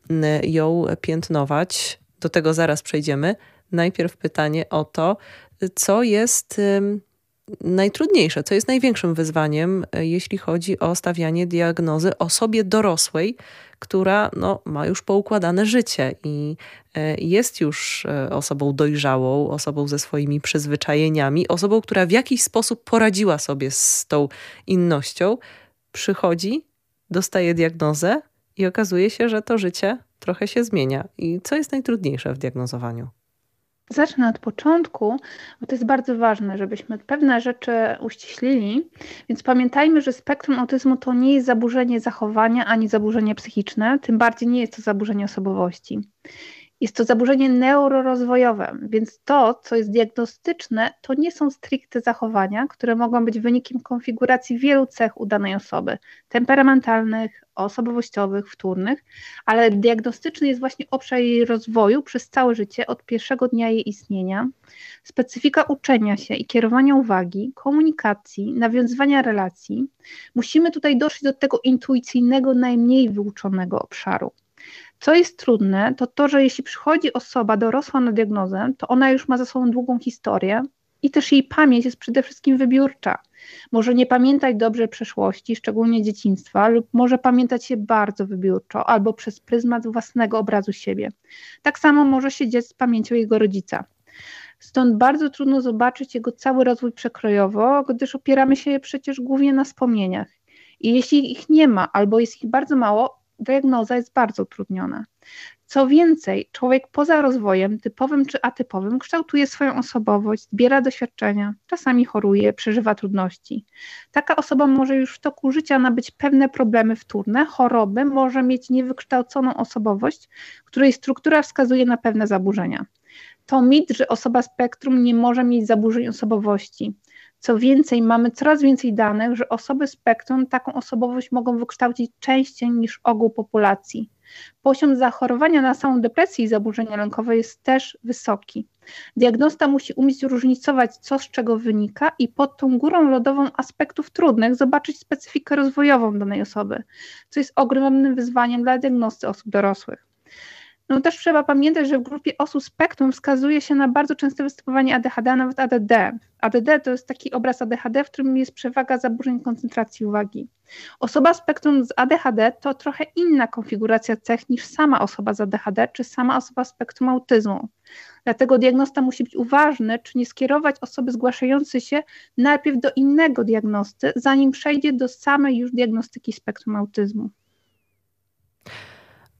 ją piętnować. Do tego zaraz przejdziemy. Najpierw pytanie o to, co jest najtrudniejsze, co jest największym wyzwaniem, jeśli chodzi o stawianie diagnozy osobie dorosłej, która no, ma już poukładane życie i jest już osobą dojrzałą, osobą ze swoimi przyzwyczajeniami, osobą, która w jakiś sposób poradziła sobie z tą innością, przychodzi, dostaje diagnozę i okazuje się, że to życie trochę się zmienia. I co jest najtrudniejsze w diagnozowaniu? Zacznę od początku, bo to jest bardzo ważne, żebyśmy pewne rzeczy uściślili. Więc pamiętajmy, że spektrum autyzmu to nie jest zaburzenie zachowania ani zaburzenie psychiczne, tym bardziej nie jest to zaburzenie osobowości. Jest to zaburzenie neurorozwojowe, więc to, co jest diagnostyczne, to nie są stricte zachowania, które mogą być wynikiem konfiguracji wielu cech u danej osoby, temperamentalnych, osobowościowych, wtórnych, ale diagnostyczny jest właśnie obszar jej rozwoju przez całe życie, od pierwszego dnia jej istnienia, specyfika uczenia się i kierowania uwagi, komunikacji, nawiązywania relacji. Musimy tutaj dotrzeć do tego intuicyjnego, najmniej wyuczonego obszaru. Co jest trudne, to to, że jeśli przychodzi osoba dorosła na diagnozę, to ona już ma za sobą długą historię i też jej pamięć jest przede wszystkim wybiórcza. Może nie pamiętać dobrze przeszłości, szczególnie dzieciństwa, lub może pamiętać się bardzo wybiórczo albo przez pryzmat własnego obrazu siebie. Tak samo może się dziać z pamięcią jego rodzica. Stąd bardzo trudno zobaczyć jego cały rozwój przekrojowo, gdyż opieramy się przecież głównie na wspomnieniach. I jeśli ich nie ma albo jest ich bardzo mało, diagnoza jest bardzo utrudniona. Co więcej, człowiek poza rozwojem, typowym czy atypowym, kształtuje swoją osobowość, zbiera doświadczenia, czasami choruje, przeżywa trudności. Taka osoba może już w toku życia nabyć pewne problemy wtórne, choroby, może mieć niewykształconą osobowość, której struktura wskazuje na pewne zaburzenia. To mit, że osoba spektrum nie może mieć zaburzeń osobowości. Co więcej, mamy coraz więcej danych, że osoby spektrum taką osobowość mogą wykształcić częściej niż ogół populacji. Poziom zachorowania na samą depresję i zaburzenia lękowe jest też wysoki. Diagnosta musi umieć różnicować, co z czego wynika i pod tą górą lodową aspektów trudnych zobaczyć specyfikę rozwojową danej osoby, co jest ogromnym wyzwaniem dla diagnosty osób dorosłych. No też trzeba pamiętać, że w grupie osób spektrum wskazuje się na bardzo częste występowanie A D H D, a nawet A D D. A D D to jest taki obraz A D H D, w którym jest przewaga zaburzeń koncentracji uwagi. Osoba spektrum z A D H D to trochę inna konfiguracja cech niż sama osoba z A D H D czy sama osoba spektrum autyzmu. Dlatego diagnosta musi być uważny, czy nie skierować osoby zgłaszającej się najpierw do innego diagnosty, zanim przejdzie do samej już diagnostyki spektrum autyzmu.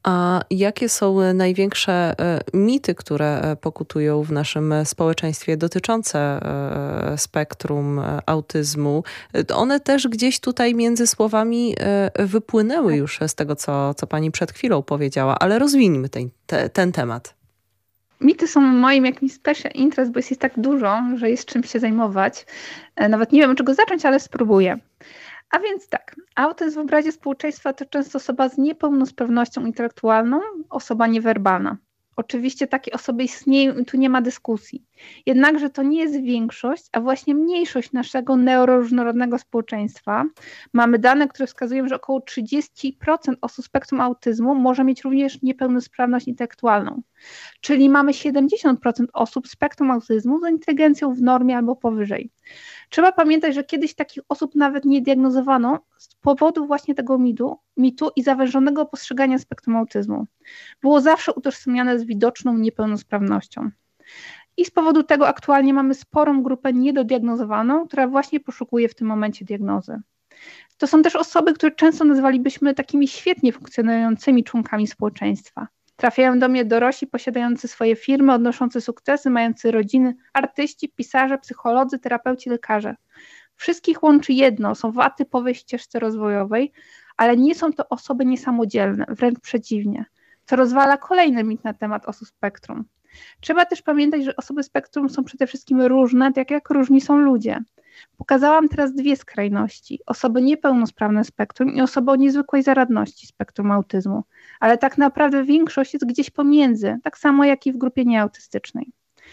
A jakie są największe mity, które pokutują w naszym społeczeństwie dotyczące spektrum autyzmu? One też gdzieś tutaj między słowami wypłynęły już z tego, co, co pani przed chwilą powiedziała, ale rozwiniemy ten, te, ten temat. Mity są moim jakimś special interest, bo jest ich tak dużo, że jest czym się zajmować. Nawet nie wiem, od czego zacząć, ale spróbuję. A więc tak, autyzm w obrazie społeczeństwa to często osoba z niepełnosprawnością intelektualną, osoba niewerbalna. Oczywiście takie osoby istnieją i tu nie ma dyskusji. Jednakże to nie jest większość, a właśnie mniejszość naszego neuroróżnorodnego społeczeństwa. Mamy dane, które wskazują, że około trzydzieści procent osób z spektrum autyzmu może mieć również niepełnosprawność intelektualną. Czyli mamy siedemdziesiąt procent osób z spektrum autyzmu z inteligencją w normie albo powyżej. Trzeba pamiętać, że kiedyś takich osób nawet nie diagnozowano z powodu właśnie tego mitu, mitu i zawężonego postrzegania spektrum autyzmu. Było zawsze utożsamiane z widoczną niepełnosprawnością. I z powodu tego aktualnie mamy sporą grupę niedodiagnozowaną, która właśnie poszukuje w tym momencie diagnozy. To są też osoby, które często nazwalibyśmy takimi świetnie funkcjonującymi członkami społeczeństwa. Trafiają do mnie dorośli posiadający swoje firmy, odnoszący sukcesy, mający rodziny, artyści, pisarze, psycholodzy, terapeuci, lekarze. Wszystkich łączy jedno, są w atypowej ścieżce rozwojowej, ale nie są to osoby niesamodzielne, wręcz przeciwnie, co rozwala kolejny mit na temat osób spektrum. Trzeba też pamiętać, że osoby spektrum są przede wszystkim różne, tak jak różni są ludzie. Pokazałam teraz dwie skrajności, osoby niepełnosprawne spektrum i osoby o niezwykłej zaradności spektrum autyzmu, ale tak naprawdę większość jest gdzieś pomiędzy, tak samo jak i w grupie nieautystycznej.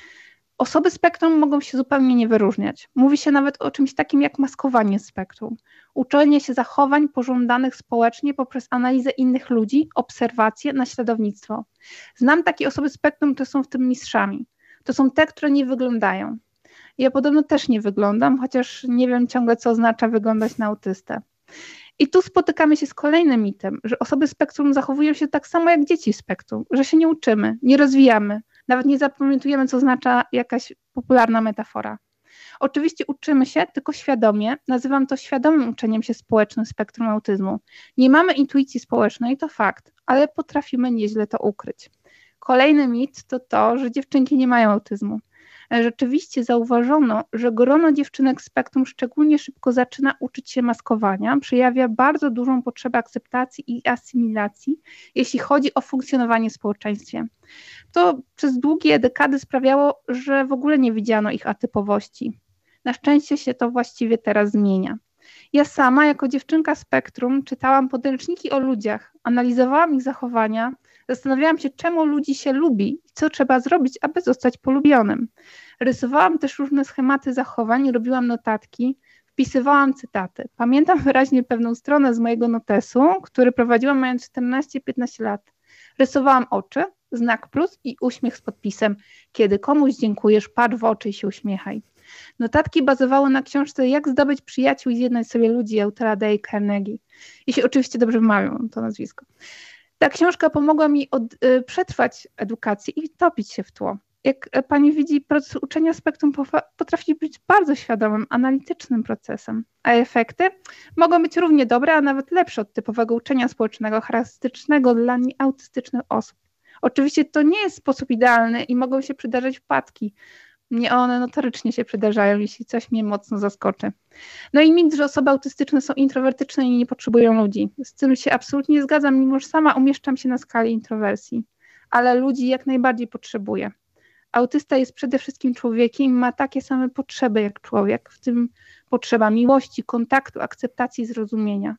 Osoby spektrum mogą się zupełnie nie wyróżniać. Mówi się nawet o czymś takim jak maskowanie spektrum. Uczenie się zachowań pożądanych społecznie poprzez analizę innych ludzi, obserwacje, naśladownictwo. Znam takie osoby spektrum, które są w tym mistrzami. To są te, które nie wyglądają. Ja podobno też nie wyglądam, chociaż nie wiem ciągle, co oznacza wyglądać na autystę. I tu spotykamy się z kolejnym mitem, że osoby spektrum zachowują się tak samo jak dzieci spektrum, że się nie uczymy, nie rozwijamy, nawet nie zapamiętujemy, co oznacza jakaś popularna metafora. Oczywiście uczymy się, tylko świadomie, nazywam to świadomym uczeniem się społecznym spektrum autyzmu. Nie mamy intuicji społecznej, to fakt, ale potrafimy nieźle to ukryć. Kolejny mit to to, że dziewczynki nie mają autyzmu. Rzeczywiście zauważono, że grono dziewczynek spektrum szczególnie szybko zaczyna uczyć się maskowania, przejawia bardzo dużą potrzebę akceptacji i asymilacji, jeśli chodzi o funkcjonowanie w społeczeństwie. To przez długie dekady sprawiało, że w ogóle nie widziano ich atypowości. Na szczęście się to właściwie teraz zmienia. Ja sama jako dziewczynka spektrum czytałam podręczniki o ludziach, analizowałam ich zachowania, zastanawiałam się, czemu ludzi się lubi i co trzeba zrobić, aby zostać polubionym. Rysowałam też różne schematy zachowań, robiłam notatki, wpisywałam cytaty. Pamiętam wyraźnie pewną stronę z mojego notesu, który prowadziłam mając czternaście piętnaście lat. Rysowałam oczy, znak plus i uśmiech z podpisem. Kiedy komuś dziękujesz, patrz w oczy i się uśmiechaj. Notatki bazowały na książce Jak zdobyć przyjaciół i zjednać sobie ludzi autora Dale Carnegie. Jeśli oczywiście dobrze wymawiam to nazwisko. Ta książka pomogła mi od, y, przetrwać edukację i topić się w tło. Jak pani widzi, proces uczenia spektrum potrafi być bardzo świadomym, analitycznym procesem, a efekty mogą być równie dobre, a nawet lepsze od typowego uczenia społecznego, charakterystycznego dla nieautystycznych osób. Oczywiście to nie jest sposób idealny i mogą się przydarzać wpadki. Mnie one notorycznie się przydarzają, jeśli coś mnie mocno zaskoczy. No i mit, że osoby autystyczne są introwertyczne i nie potrzebują ludzi. Z tym się absolutnie nie zgadzam, mimo że sama umieszczam się na skali introwersji. Ale ludzi jak najbardziej potrzebuję. Autysta jest przede wszystkim człowiekiem i ma takie same potrzeby jak człowiek, w tym potrzeba miłości, kontaktu, akceptacji, zrozumienia.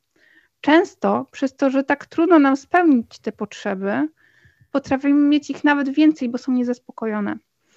Często przez to, że tak trudno nam spełnić te potrzeby, potrafimy mieć ich nawet więcej, bo są niezaspokojone.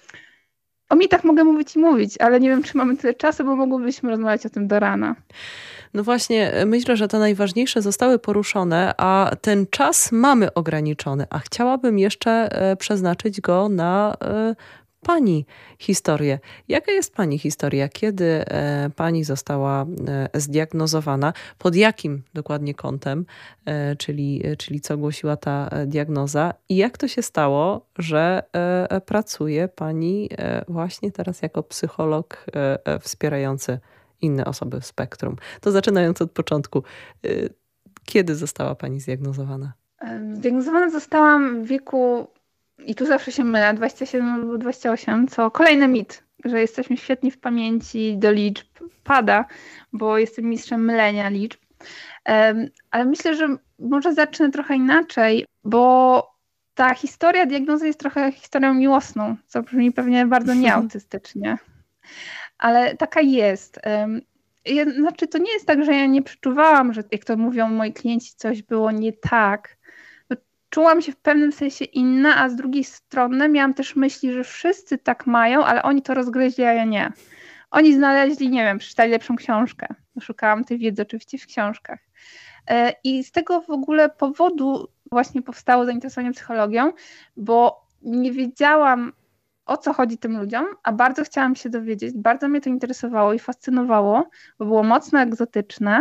O mitach mogę mówić i mówić, ale nie wiem, czy mamy tyle czasu, bo mogłybyśmy rozmawiać o tym do rana. No właśnie, myślę, że te najważniejsze zostały poruszone, a ten czas mamy ograniczony, a chciałabym jeszcze przeznaczyć go na pani historię. Jaka jest pani historia? Kiedy pani została zdiagnozowana? Pod jakim dokładnie kątem? Czyli, czyli co głosiła ta diagnoza? I jak to się stało, że pracuje pani właśnie teraz jako psycholog wspierający inne osoby w spektrum? To zaczynając od początku. Kiedy została pani zdiagnozowana? Zdiagnozowana zostałam w wieku, i tu zawsze się mylę, dwadzieścia siedem albo dwadzieścia osiem, co kolejny mit, że jesteśmy świetni w pamięci do liczb, pada, bo jestem mistrzem mylenia liczb. Ale myślę, że może zacznę trochę inaczej, bo ta historia diagnozy jest trochę historią miłosną, co brzmi pewnie bardzo nieautystycznie, ale taka jest. Ja, znaczy, to nie jest tak, że ja nie przeczuwałam, że jak to mówią moi klienci, coś było nie tak. Czułam się w pewnym sensie inna, a z drugiej strony miałam też myśli, że wszyscy tak mają, ale oni to rozgryźli, a ja nie. Oni znaleźli, nie wiem, przeczytali lepszą książkę. Szukałam tej wiedzy oczywiście w książkach. I z tego w ogóle powodu właśnie powstało zainteresowanie psychologią, bo nie wiedziałam, o co chodzi tym ludziom, a bardzo chciałam się dowiedzieć. Bardzo mnie to interesowało i fascynowało, bo było mocno egzotyczne,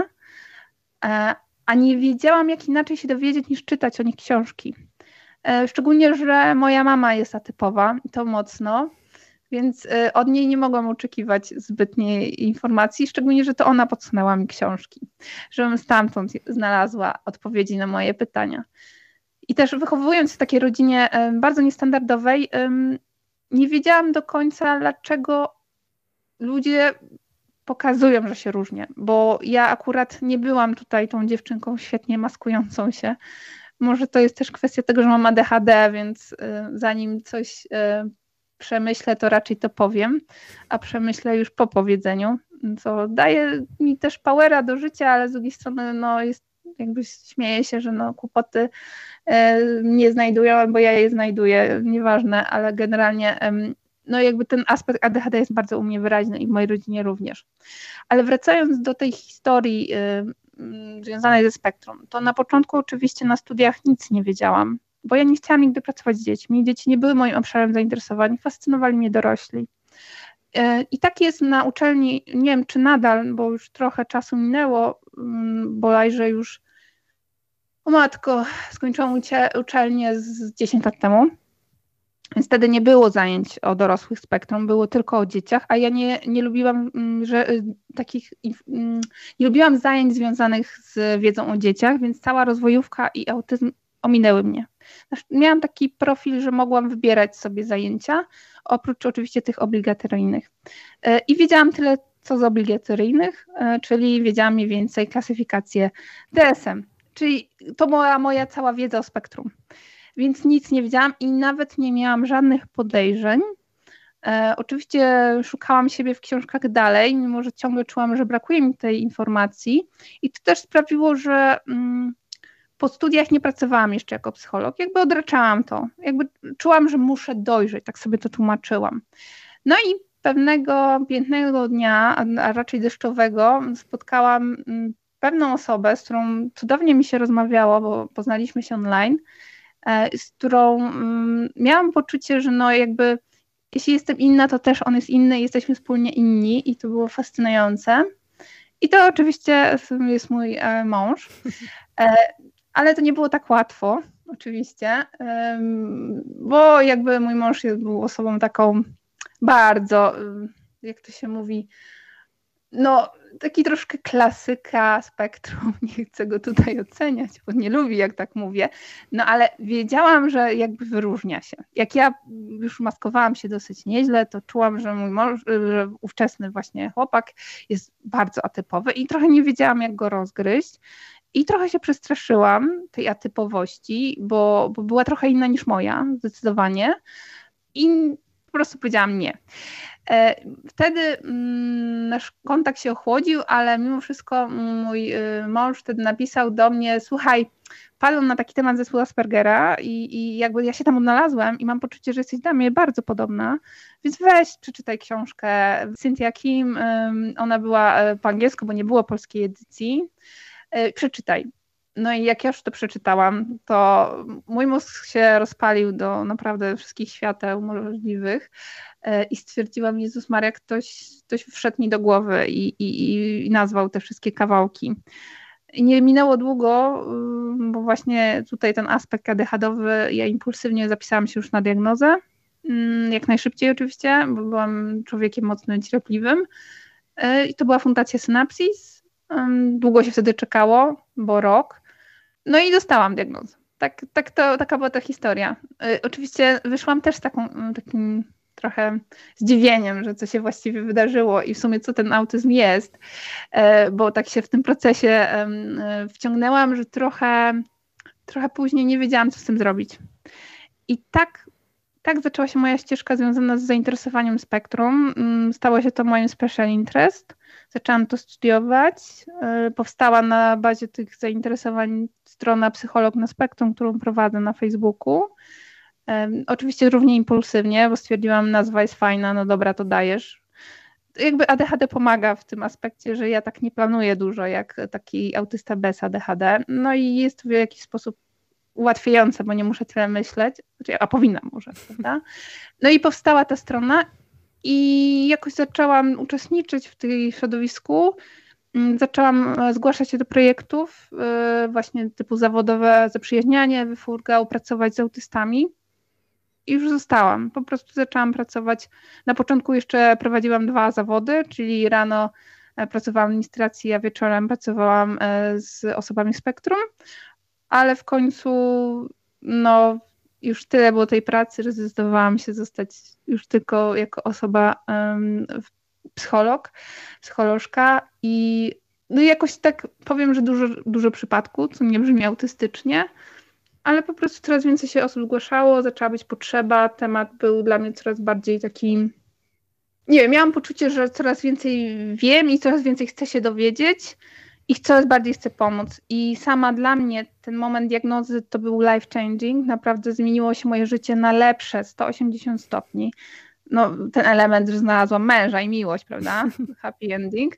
a nie wiedziałam, jak inaczej się dowiedzieć, niż czytać o nich książki. Szczególnie, że moja mama jest atypowa i to mocno, więc od niej nie mogłam oczekiwać zbytniej informacji, szczególnie, że to ona podsunęła mi książki, żebym stamtąd znalazła odpowiedzi na moje pytania. I też wychowując się w takiej rodzinie bardzo niestandardowej, nie wiedziałam do końca, dlaczego ludzie pokazują, że się różnię, bo ja akurat nie byłam tutaj tą dziewczynką świetnie maskującą się. Może to jest też kwestia tego, że mam A D H D, więc zanim coś przemyślę, to raczej to powiem, a przemyślę już po powiedzeniu, co daje mi też powera do życia, ale z drugiej strony no jest, jakby śmieję się, że no kłopoty mnie znajdują, bo ja je znajduję, nieważne, ale generalnie no jakby ten aspekt A D H D jest bardzo u mnie wyraźny i w mojej rodzinie również. Ale wracając do tej historii związanej ze spektrum, to na początku oczywiście na studiach nic nie wiedziałam, bo ja nie chciałam nigdy pracować z dziećmi. Dzieci nie były moim obszarem zainteresowań, fascynowali mnie dorośli. I tak jest na uczelni, nie wiem czy nadal, bo już trochę czasu minęło, bodajże już, o matko, skończyłam uczelnię z dziesięć lat temu, więc wtedy nie było zajęć o dorosłych spektrum, było tylko o dzieciach, a ja nie, nie lubiłam że, takich, nie lubiłam zajęć związanych z wiedzą o dzieciach, więc cała rozwojówka i autyzm ominęły mnie. Miałam taki profil, że mogłam wybierać sobie zajęcia, oprócz oczywiście tych obligatoryjnych. I wiedziałam tyle, co z obligatoryjnych, czyli wiedziałam mniej więcej klasyfikację D S M, czyli to była moja cała wiedza o spektrum. Więc nic nie wiedziałam i nawet nie miałam żadnych podejrzeń. E, oczywiście szukałam siebie w książkach dalej, mimo że ciągle czułam, że brakuje mi tej informacji i to też sprawiło, że mm, po studiach nie pracowałam jeszcze jako psycholog, jakby odraczałam to, jakby czułam, że muszę dojrzeć, tak sobie to tłumaczyłam. No i pewnego pięknego dnia, a raczej deszczowego, spotkałam pewną osobę, z którą cudownie mi się rozmawiało, bo poznaliśmy się online, z którą miałam poczucie, że no jakby jeśli jestem inna, to też on jest inny i jesteśmy wspólnie inni i to było fascynujące. I to oczywiście jest mój mąż, ale to nie było tak łatwo, oczywiście, bo jakby mój mąż był osobą taką bardzo, jak to się mówi, no taki troszkę klasyka spektrum, nie chcę go tutaj oceniać, bo nie lubi, jak tak mówię, no ale wiedziałam, że jakby wyróżnia się. Jak ja już maskowałam się dosyć nieźle, to czułam, że mój mąż, że ówczesny właśnie chłopak jest bardzo atypowy i trochę nie wiedziałam, jak go rozgryźć i trochę się przestraszyłam tej atypowości, bo, bo była trochę inna niż moja, zdecydowanie i po prostu powiedziałam nie. Wtedy nasz kontakt się ochłodził, ale mimo wszystko mój mąż wtedy napisał do mnie: słuchaj, padłem na taki temat zespołu Aspergera i, i jakby ja się tam odnalazłem i mam poczucie, że jesteś dla mnie bardzo podobna, więc weź, przeczytaj książkę Cynthia Kim, ona była po angielsku, bo nie było polskiej edycji, przeczytaj. No i jak ja już to przeczytałam, to mój mózg się rozpalił do naprawdę wszystkich świateł możliwych i stwierdziłam: Jezus Maria, ktoś, ktoś wszedł mi do głowy i, i, i nazwał te wszystkie kawałki. I nie minęło długo, bo właśnie tutaj ten aspekt A D H D-owy, ja impulsywnie zapisałam się już na diagnozę, jak najszybciej oczywiście, bo byłam człowiekiem mocno cierpliwym. I to była fundacja Synapsis. Długo się wtedy czekało, bo rok. No i dostałam diagnozę. tak, tak to, taka była ta historia. Y, oczywiście wyszłam też z taką, takim trochę zdziwieniem, że co się właściwie wydarzyło i w sumie co ten autyzm jest, y, bo tak się w tym procesie y, wciągnęłam, że trochę, trochę później nie wiedziałam, co z tym zrobić. I tak, tak zaczęła się moja ścieżka związana z zainteresowaniem spektrum. Stało się to moim special interest. Zaczęłam to studiować. Powstała na bazie tych zainteresowań strona Psycholog na Spektrum, którą prowadzę na Facebooku. Oczywiście równie impulsywnie, bo stwierdziłam, nazwa jest fajna, no dobra, to dajesz. Jakby A D H D pomaga w tym aspekcie, że ja tak nie planuję dużo, jak taki autysta bez A D H D. No i jest to w jakiś sposób ułatwiające, bo nie muszę tyle myśleć, a powinnam może, prawda? No i powstała ta strona i jakoś zaczęłam uczestniczyć w tym środowisku, zaczęłam zgłaszać się do projektów właśnie typu zawodowe zaprzyjaźnianie, wyfurgał, pracować z autystami i już zostałam. Po prostu zaczęłam pracować. Na początku jeszcze prowadziłam dwa zawody, czyli rano pracowałam w administracji, a wieczorem pracowałam z osobami spektrum, ale w końcu no już tyle było tej pracy, że zdecydowałam się zostać już tylko jako osoba um, psycholog, psycholożka i no jakoś tak powiem, że dużo, dużo przypadków, co nie brzmi autystycznie, ale po prostu coraz więcej się osób zgłaszało, zaczęła być potrzeba, temat był dla mnie coraz bardziej taki, nie wiem, miałam poczucie, że coraz więcej wiem i coraz więcej chcę się dowiedzieć i coraz bardziej chcę pomóc. I sama dla mnie ten moment diagnozy to był life changing. Naprawdę zmieniło się moje życie na lepsze, sto osiemdziesiąt stopni. No, ten element, że znalazłam męża i miłość, prawda? Happy ending.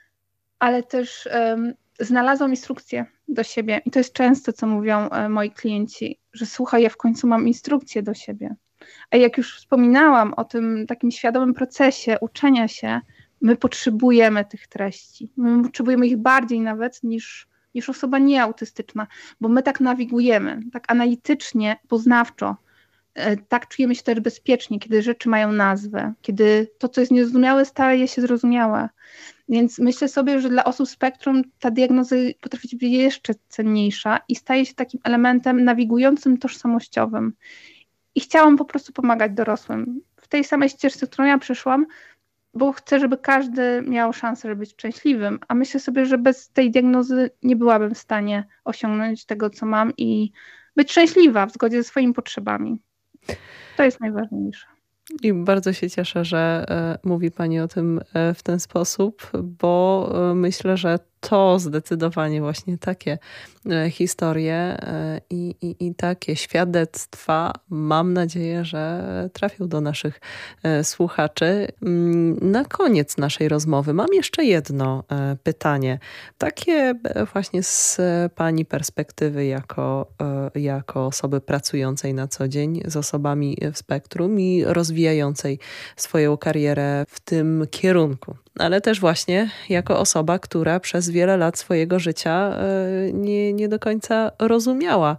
Ale też um, znalazłam instrukcję do siebie. I to jest często, co mówią um, moi klienci, że słuchaj, ja w końcu mam instrukcję do siebie. A jak już wspominałam o tym takim świadomym procesie uczenia się, my potrzebujemy tych treści. My potrzebujemy ich bardziej nawet niż, niż osoba nieautystyczna, bo my tak nawigujemy, tak analitycznie, poznawczo, tak czujemy się też bezpiecznie, kiedy rzeczy mają nazwę, kiedy to, co jest niezrozumiałe, staje się zrozumiałe. Więc myślę sobie, że dla osób spektrum ta diagnoza potrafi być jeszcze cenniejsza i staje się takim elementem nawigującym, tożsamościowym. I chciałam po prostu pomagać dorosłym. W tej samej ścieżce, którą ja przeszłam, bo chcę, żeby każdy miał szansę, żeby być szczęśliwym, a myślę sobie, że bez tej diagnozy nie byłabym w stanie osiągnąć tego, co mam i być szczęśliwa w zgodzie ze swoimi potrzebami. To jest najważniejsze. I bardzo się cieszę, że mówi Pani o tym w ten sposób, bo myślę, że to zdecydowanie właśnie takie historie i, i, i takie świadectwa, mam nadzieję, że trafią do naszych słuchaczy. Na koniec naszej rozmowy mam jeszcze jedno pytanie. Takie właśnie z Pani perspektywy jako, jako osoby pracującej na co dzień z osobami w spektrum i rozwijającej swoją karierę w tym kierunku. Ale też właśnie jako osoba, która przez wiele lat swojego życia nie, nie do końca rozumiała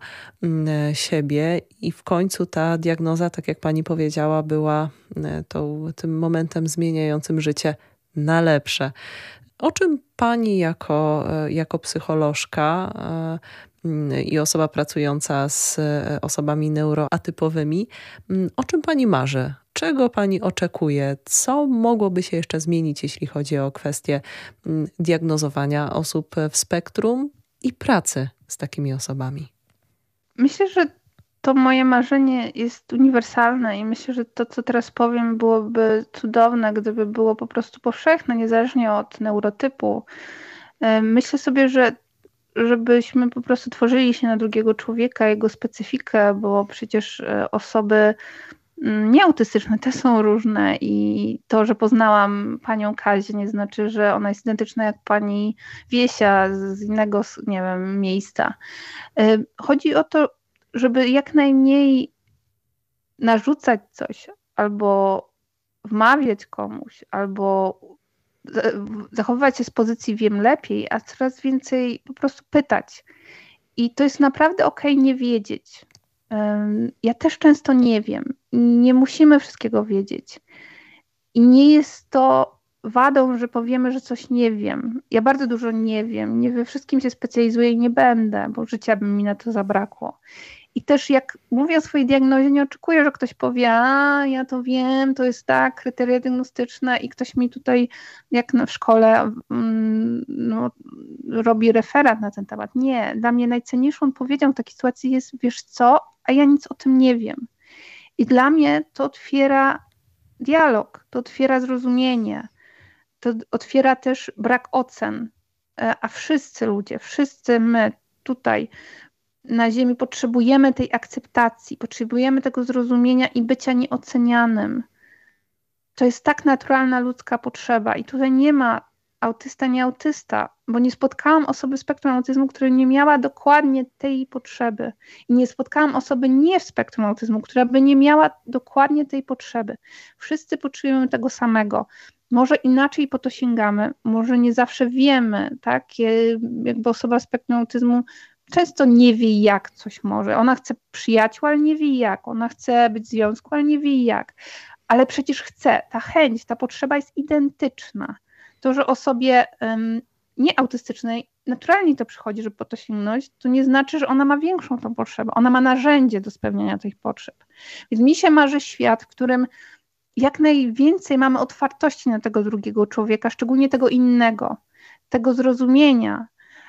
siebie i w końcu ta diagnoza, tak jak Pani powiedziała, była tą, tym momentem zmieniającym życie na lepsze. O czym Pani jako, jako psycholożka i osoba pracująca z osobami neuroatypowymi, o czym Pani marzy? Czego Pani oczekuje? Co mogłoby się jeszcze zmienić, jeśli chodzi o kwestię diagnozowania osób w spektrum i pracy z takimi osobami? Myślę, że to moje marzenie jest uniwersalne i myślę, że to, co teraz powiem, byłoby cudowne, gdyby było po prostu powszechne, niezależnie od neurotypu. Myślę sobie, że żebyśmy po prostu tworzyli się na drugiego człowieka, jego specyfikę, bo przecież osoby nieautystyczne też są różne i to, że poznałam panią Kazię, nie znaczy, że ona jest identyczna jak pani Wiesia z innego, nie wiem, miejsca. Chodzi o to, żeby jak najmniej narzucać coś albo wmawiać komuś, albo zachowywać się z pozycji wiem lepiej, a coraz więcej po prostu pytać. I to jest naprawdę okej nie wiedzieć. Ja też często nie wiem. Nie musimy wszystkiego wiedzieć. I nie jest to wadą, że powiemy, że coś nie wiem. Ja bardzo dużo nie wiem, nie we wszystkim się specjalizuję i nie będę, bo życia by mi na to zabrakło. I też jak mówię o swojej diagnozie, nie oczekuję, że ktoś powie, a ja to wiem, to jest tak, kryteria diagnostyczne i ktoś mi tutaj, jak w szkole, no, robi referat na ten temat. Nie, dla mnie najcenniejszą odpowiedzią w takiej sytuacji jest, wiesz co, a ja nic o tym nie wiem. I dla mnie to otwiera dialog, to otwiera zrozumienie, to otwiera też brak ocen, a wszyscy ludzie, wszyscy my tutaj na ziemi potrzebujemy tej akceptacji, potrzebujemy tego zrozumienia i bycia nieocenianym. To jest tak naturalna ludzka potrzeba i tutaj nie ma autysta, nie autysta, bo nie spotkałam osoby z spektrum autyzmu, która nie miała dokładnie tej potrzeby. I nie spotkałam osoby nie w spektrum autyzmu, która by nie miała dokładnie tej potrzeby. Wszyscy potrzebujemy tego samego. Może inaczej po to sięgamy, może nie zawsze wiemy, tak? Jakby osoba z spektrum autyzmu często nie wie, jak coś może. Ona chce przyjaciół, ale nie wie jak. Ona chce być w związku, ale nie wie jak. Ale przecież chce. Ta chęć, ta potrzeba jest identyczna. To, że osobie um, nieautystycznej naturalnie to przychodzi, żeby po to sięgnąć, to nie znaczy, że ona ma większą tą potrzebę. Ona ma narzędzie do spełniania tych potrzeb. Więc mi się marzy świat, w którym jak najwięcej mamy otwartości na tego drugiego człowieka, szczególnie tego innego, tego zrozumienia,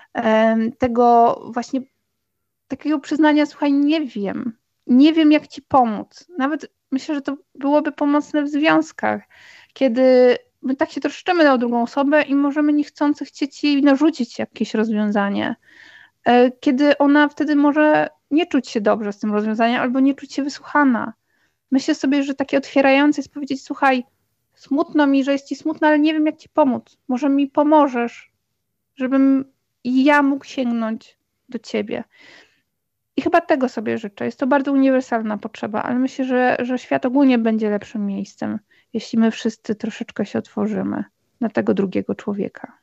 tego właśnie takiego przyznania, słuchaj, nie wiem, nie wiem jak ci pomóc. Nawet myślę, że to byłoby pomocne w związkach, kiedy my tak się troszczymy na drugą osobę i możemy niechcący chcieć jej narzucić jakieś rozwiązanie, kiedy ona wtedy może nie czuć się dobrze z tym rozwiązaniem albo nie czuć się wysłuchana. Myślę sobie, że takie otwierające jest powiedzieć, słuchaj, smutno mi, że jest ci smutno, ale nie wiem jak ci pomóc. Może mi pomożesz, żebym i ja mógł sięgnąć do ciebie. I chyba tego sobie życzę. Jest to bardzo uniwersalna potrzeba, ale myślę, że, że świat ogólnie będzie lepszym miejscem, jeśli my wszyscy troszeczkę się otworzymy na tego drugiego człowieka.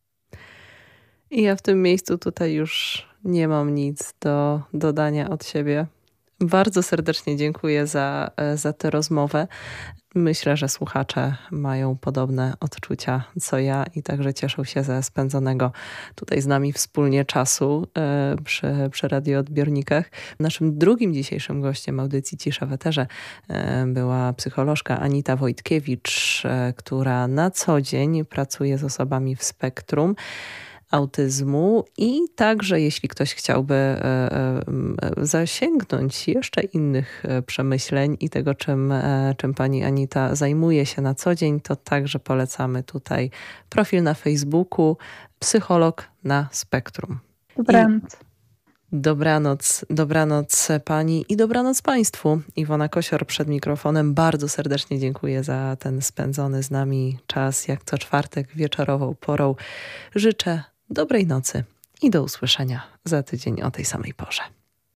I ja w tym miejscu tutaj już nie mam nic do dodania od siebie. Bardzo serdecznie dziękuję za, za tę rozmowę. Myślę, że słuchacze mają podobne odczucia co ja i także cieszą się ze spędzonego tutaj z nami wspólnie czasu przy, przy radioodbiornikach. Naszym drugim dzisiejszym gościem audycji Cisza w Eterze była psycholożka Anita Wojtkiewicz, która na co dzień pracuje z osobami w spektrum autyzmu i także jeśli ktoś chciałby e, e, zasięgnąć jeszcze innych przemyśleń i tego, czym, e, czym pani Anita zajmuje się na co dzień, to także polecamy tutaj profil na Facebooku Psycholog na Spektrum. Dobranoc. I dobranoc, dobranoc pani i dobranoc państwu. Iwona Kosior przed mikrofonem. Bardzo serdecznie dziękuję za ten spędzony z nami czas, jak co czwartek wieczorową porą. Życzę dobrej nocy i do usłyszenia za tydzień o tej samej porze.